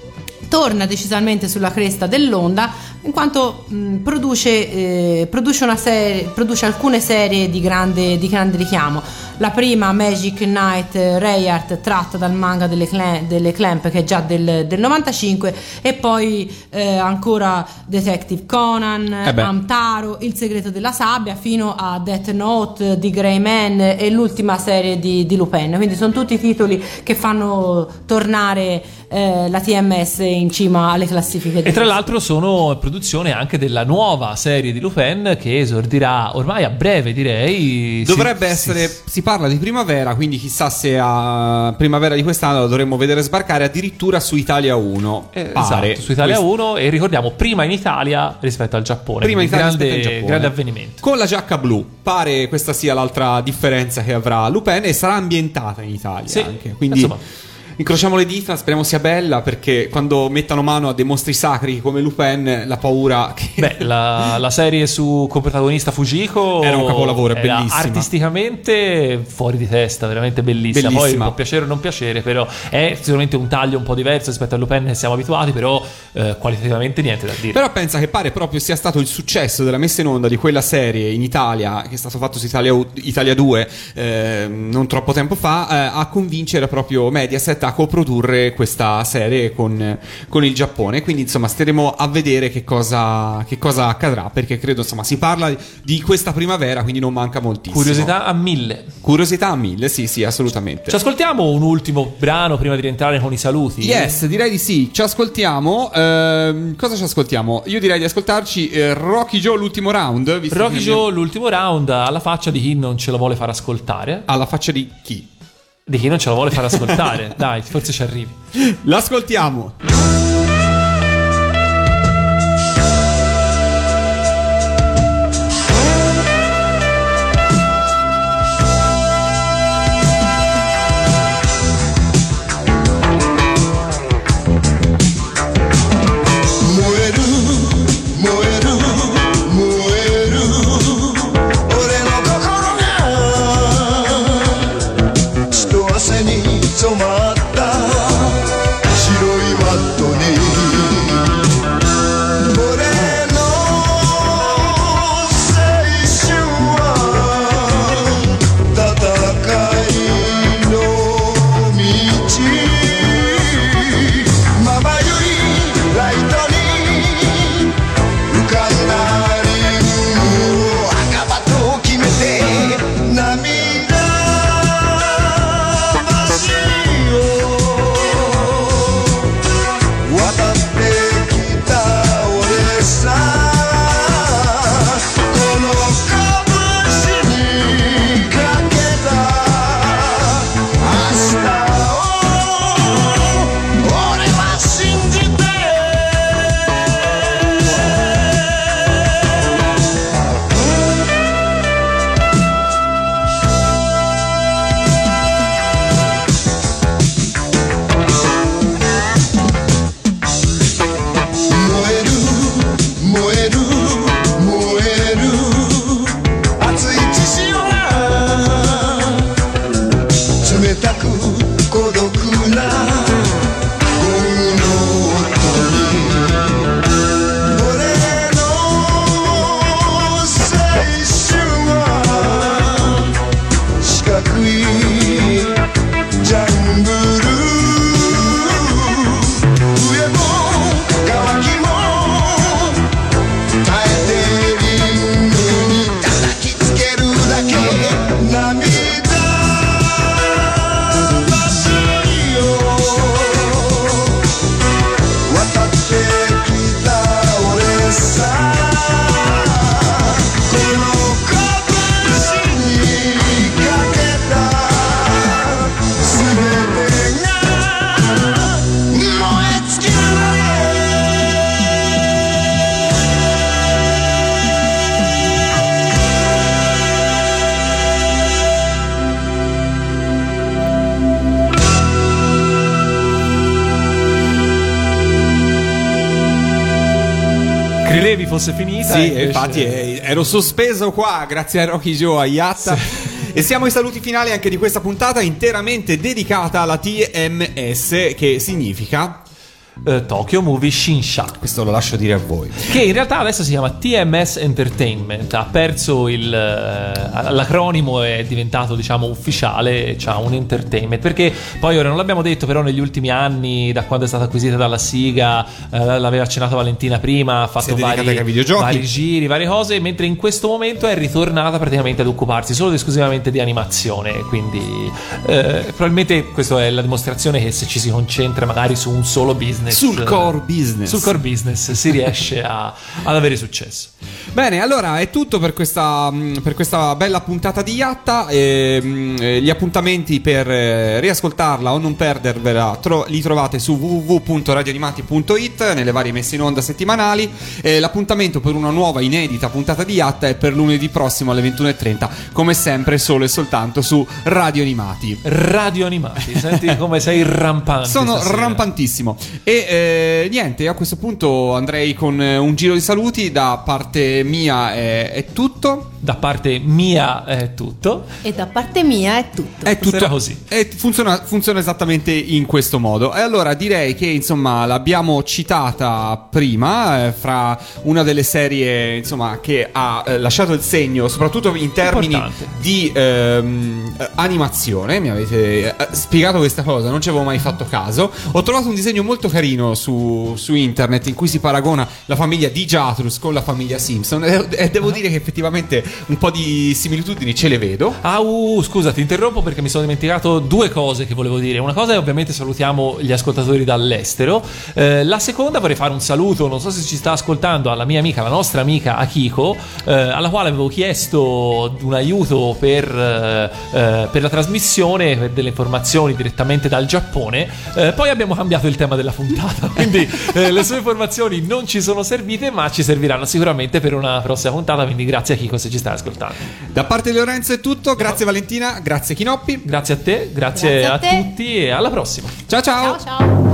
torna decisamente sulla cresta dell'onda, in quanto mh, produce, eh, produce, una serie, produce alcune serie di grande, di grande richiamo. La prima, Magic Knight Rayart, tratta dal manga delle, Clamp, delle Clamp, che è già del, del novantacinque, e poi eh, ancora Detective Conan, eh Amtaro, Il segreto della sabbia, fino a Death Note di Greyman e l'ultima serie di, di Lupin. Quindi sono tutti titoli che fanno tornare eh, la T M S in cima alle classifiche. E tra l'altro sono produzione anche della nuova serie di Lupin, che esordirà ormai a breve, direi. Dovrebbe si, essere, si, si parla di primavera, quindi chissà se a primavera di quest'anno la dovremmo vedere sbarcare addirittura su Italia uno. Eh, pare. Esatto, su Italia Questo. uno, e ricordiamo prima in Italia rispetto al Giappone. Prima in Italia grande, rispetto al Giappone. grande avvenimento. Con la giacca blu. Pare questa sia l'altra differenza che avrà Lupin, e sarà ambientata in Italia Sì, anche. Quindi insomma, incrociamo le dita, speriamo sia bella, perché quando mettano mano a dei mostri sacri come Lupin, la paura che... Beh, la, la serie su con protagonista Fujiko era un capolavoro, era bellissima. Artisticamente fuori di testa, veramente bellissima. Bellissima. Poi può piacere o non piacere, però è sicuramente un taglio un po' diverso rispetto a Lupin che siamo abituati, però eh, qualitativamente niente da dire. Però pensa che pare proprio sia stato il successo della messa in onda di quella serie in Italia, che è stato fatto su Italia, Italia due eh, non troppo tempo fa, eh, a convincere proprio Mediaset a coprodurre questa serie con, con il Giappone. Quindi insomma staremo a vedere che cosa, che cosa accadrà, perché credo insomma si parla di questa primavera, quindi non manca moltissimo. Curiosità a mille. Curiosità a mille, sì sì, assolutamente. Ci ascoltiamo un ultimo brano prima di rientrare con i saluti? Yes, direi di sì. Ci ascoltiamo. Ehm, cosa ci ascoltiamo? Io direi di ascoltarci eh, Rocky Joe l'ultimo round. visto Rocky che- Joe l'ultimo round, alla faccia di chi non ce lo vuole far ascoltare. Alla faccia di chi? Di chi non ce lo vuole far ascoltare. Dai, forse ci arrivi. L'ascoltiamo. Credevi fosse finita? Sì, invece... infatti eh, ero sospeso qua grazie a Rocky Joe, a Yatta. E siamo ai saluti finali anche di questa puntata interamente dedicata alla T M S, che significa... eh, Tokyo Movie Shinsha. Questo lo lascio dire a voi. Che in realtà adesso si chiama T M S Entertainment, ha perso il eh, l'acronimo, è diventato diciamo ufficiale, c'ha un entertainment, perché poi ora non l'abbiamo detto, però negli ultimi anni, da quando è stata acquisita dalla Siga, eh, l'aveva accennato Valentina prima, ha fatto vari, vari giri, varie cose, mentre in questo momento è ritornata praticamente ad occuparsi solo ed esclusivamente di animazione, quindi eh, probabilmente questa è la dimostrazione che se ci si concentra magari su un solo business, sul core business, sul core business si riesce a, ad avere successo. Bene, allora è tutto per questa, per questa bella puntata di Yatta. E, gli appuntamenti per riascoltarla o non perdervela tro- li trovate su w w w punto radioanimati punto i t nelle varie messe in onda settimanali. E l'appuntamento per una nuova inedita puntata di Yatta è per lunedì prossimo alle ventuno e trenta, come sempre solo e soltanto su Radio Animati. Radio Animati, senti come sei rampante. Sono stasera. rampantissimo. E eh, niente, a questo punto andrei con un giro di saluti. Da parte mia è, è tutto. Da parte mia è tutto. E da parte mia è tutto. È tutto Sarà così. E funziona, funziona esattamente in questo modo. E allora direi che insomma l'abbiamo citata prima, eh, fra una delle serie insomma che ha eh, lasciato il segno, soprattutto in termini Importante. di ehm, animazione. Mi avete eh, spiegato questa cosa, non ci avevo mai fatto caso. Ho trovato un disegno molto carino su, su internet in cui si paragona la famiglia di Jatrus con la famiglia Simpson e, e devo dire che effettivamente un po' di similitudini ce le vedo. Ah, uh, scusa, ti interrompo perché mi sono dimenticato due cose che volevo dire. Una cosa è ovviamente salutiamo gli ascoltatori dall'estero. Eh, la seconda vorrei fare un saluto, non so se ci sta ascoltando, alla mia amica, la nostra amica Akiko, eh, alla quale avevo chiesto un aiuto per, eh, per la trasmissione, per delle informazioni direttamente dal Giappone. Eh, poi abbiamo cambiato il tema della puntata, quindi eh, le sue informazioni non ci sono servite, ma ci serviranno sicuramente per una prossima puntata. Quindi grazie a Kiko se ci stai ascoltando. Da parte di Lorenzo è tutto, grazie Valentina, grazie Chinoppi. Grazie a te, grazie, Grazie a a te. tutti e alla prossima. Ciao ciao. Ciao ciao.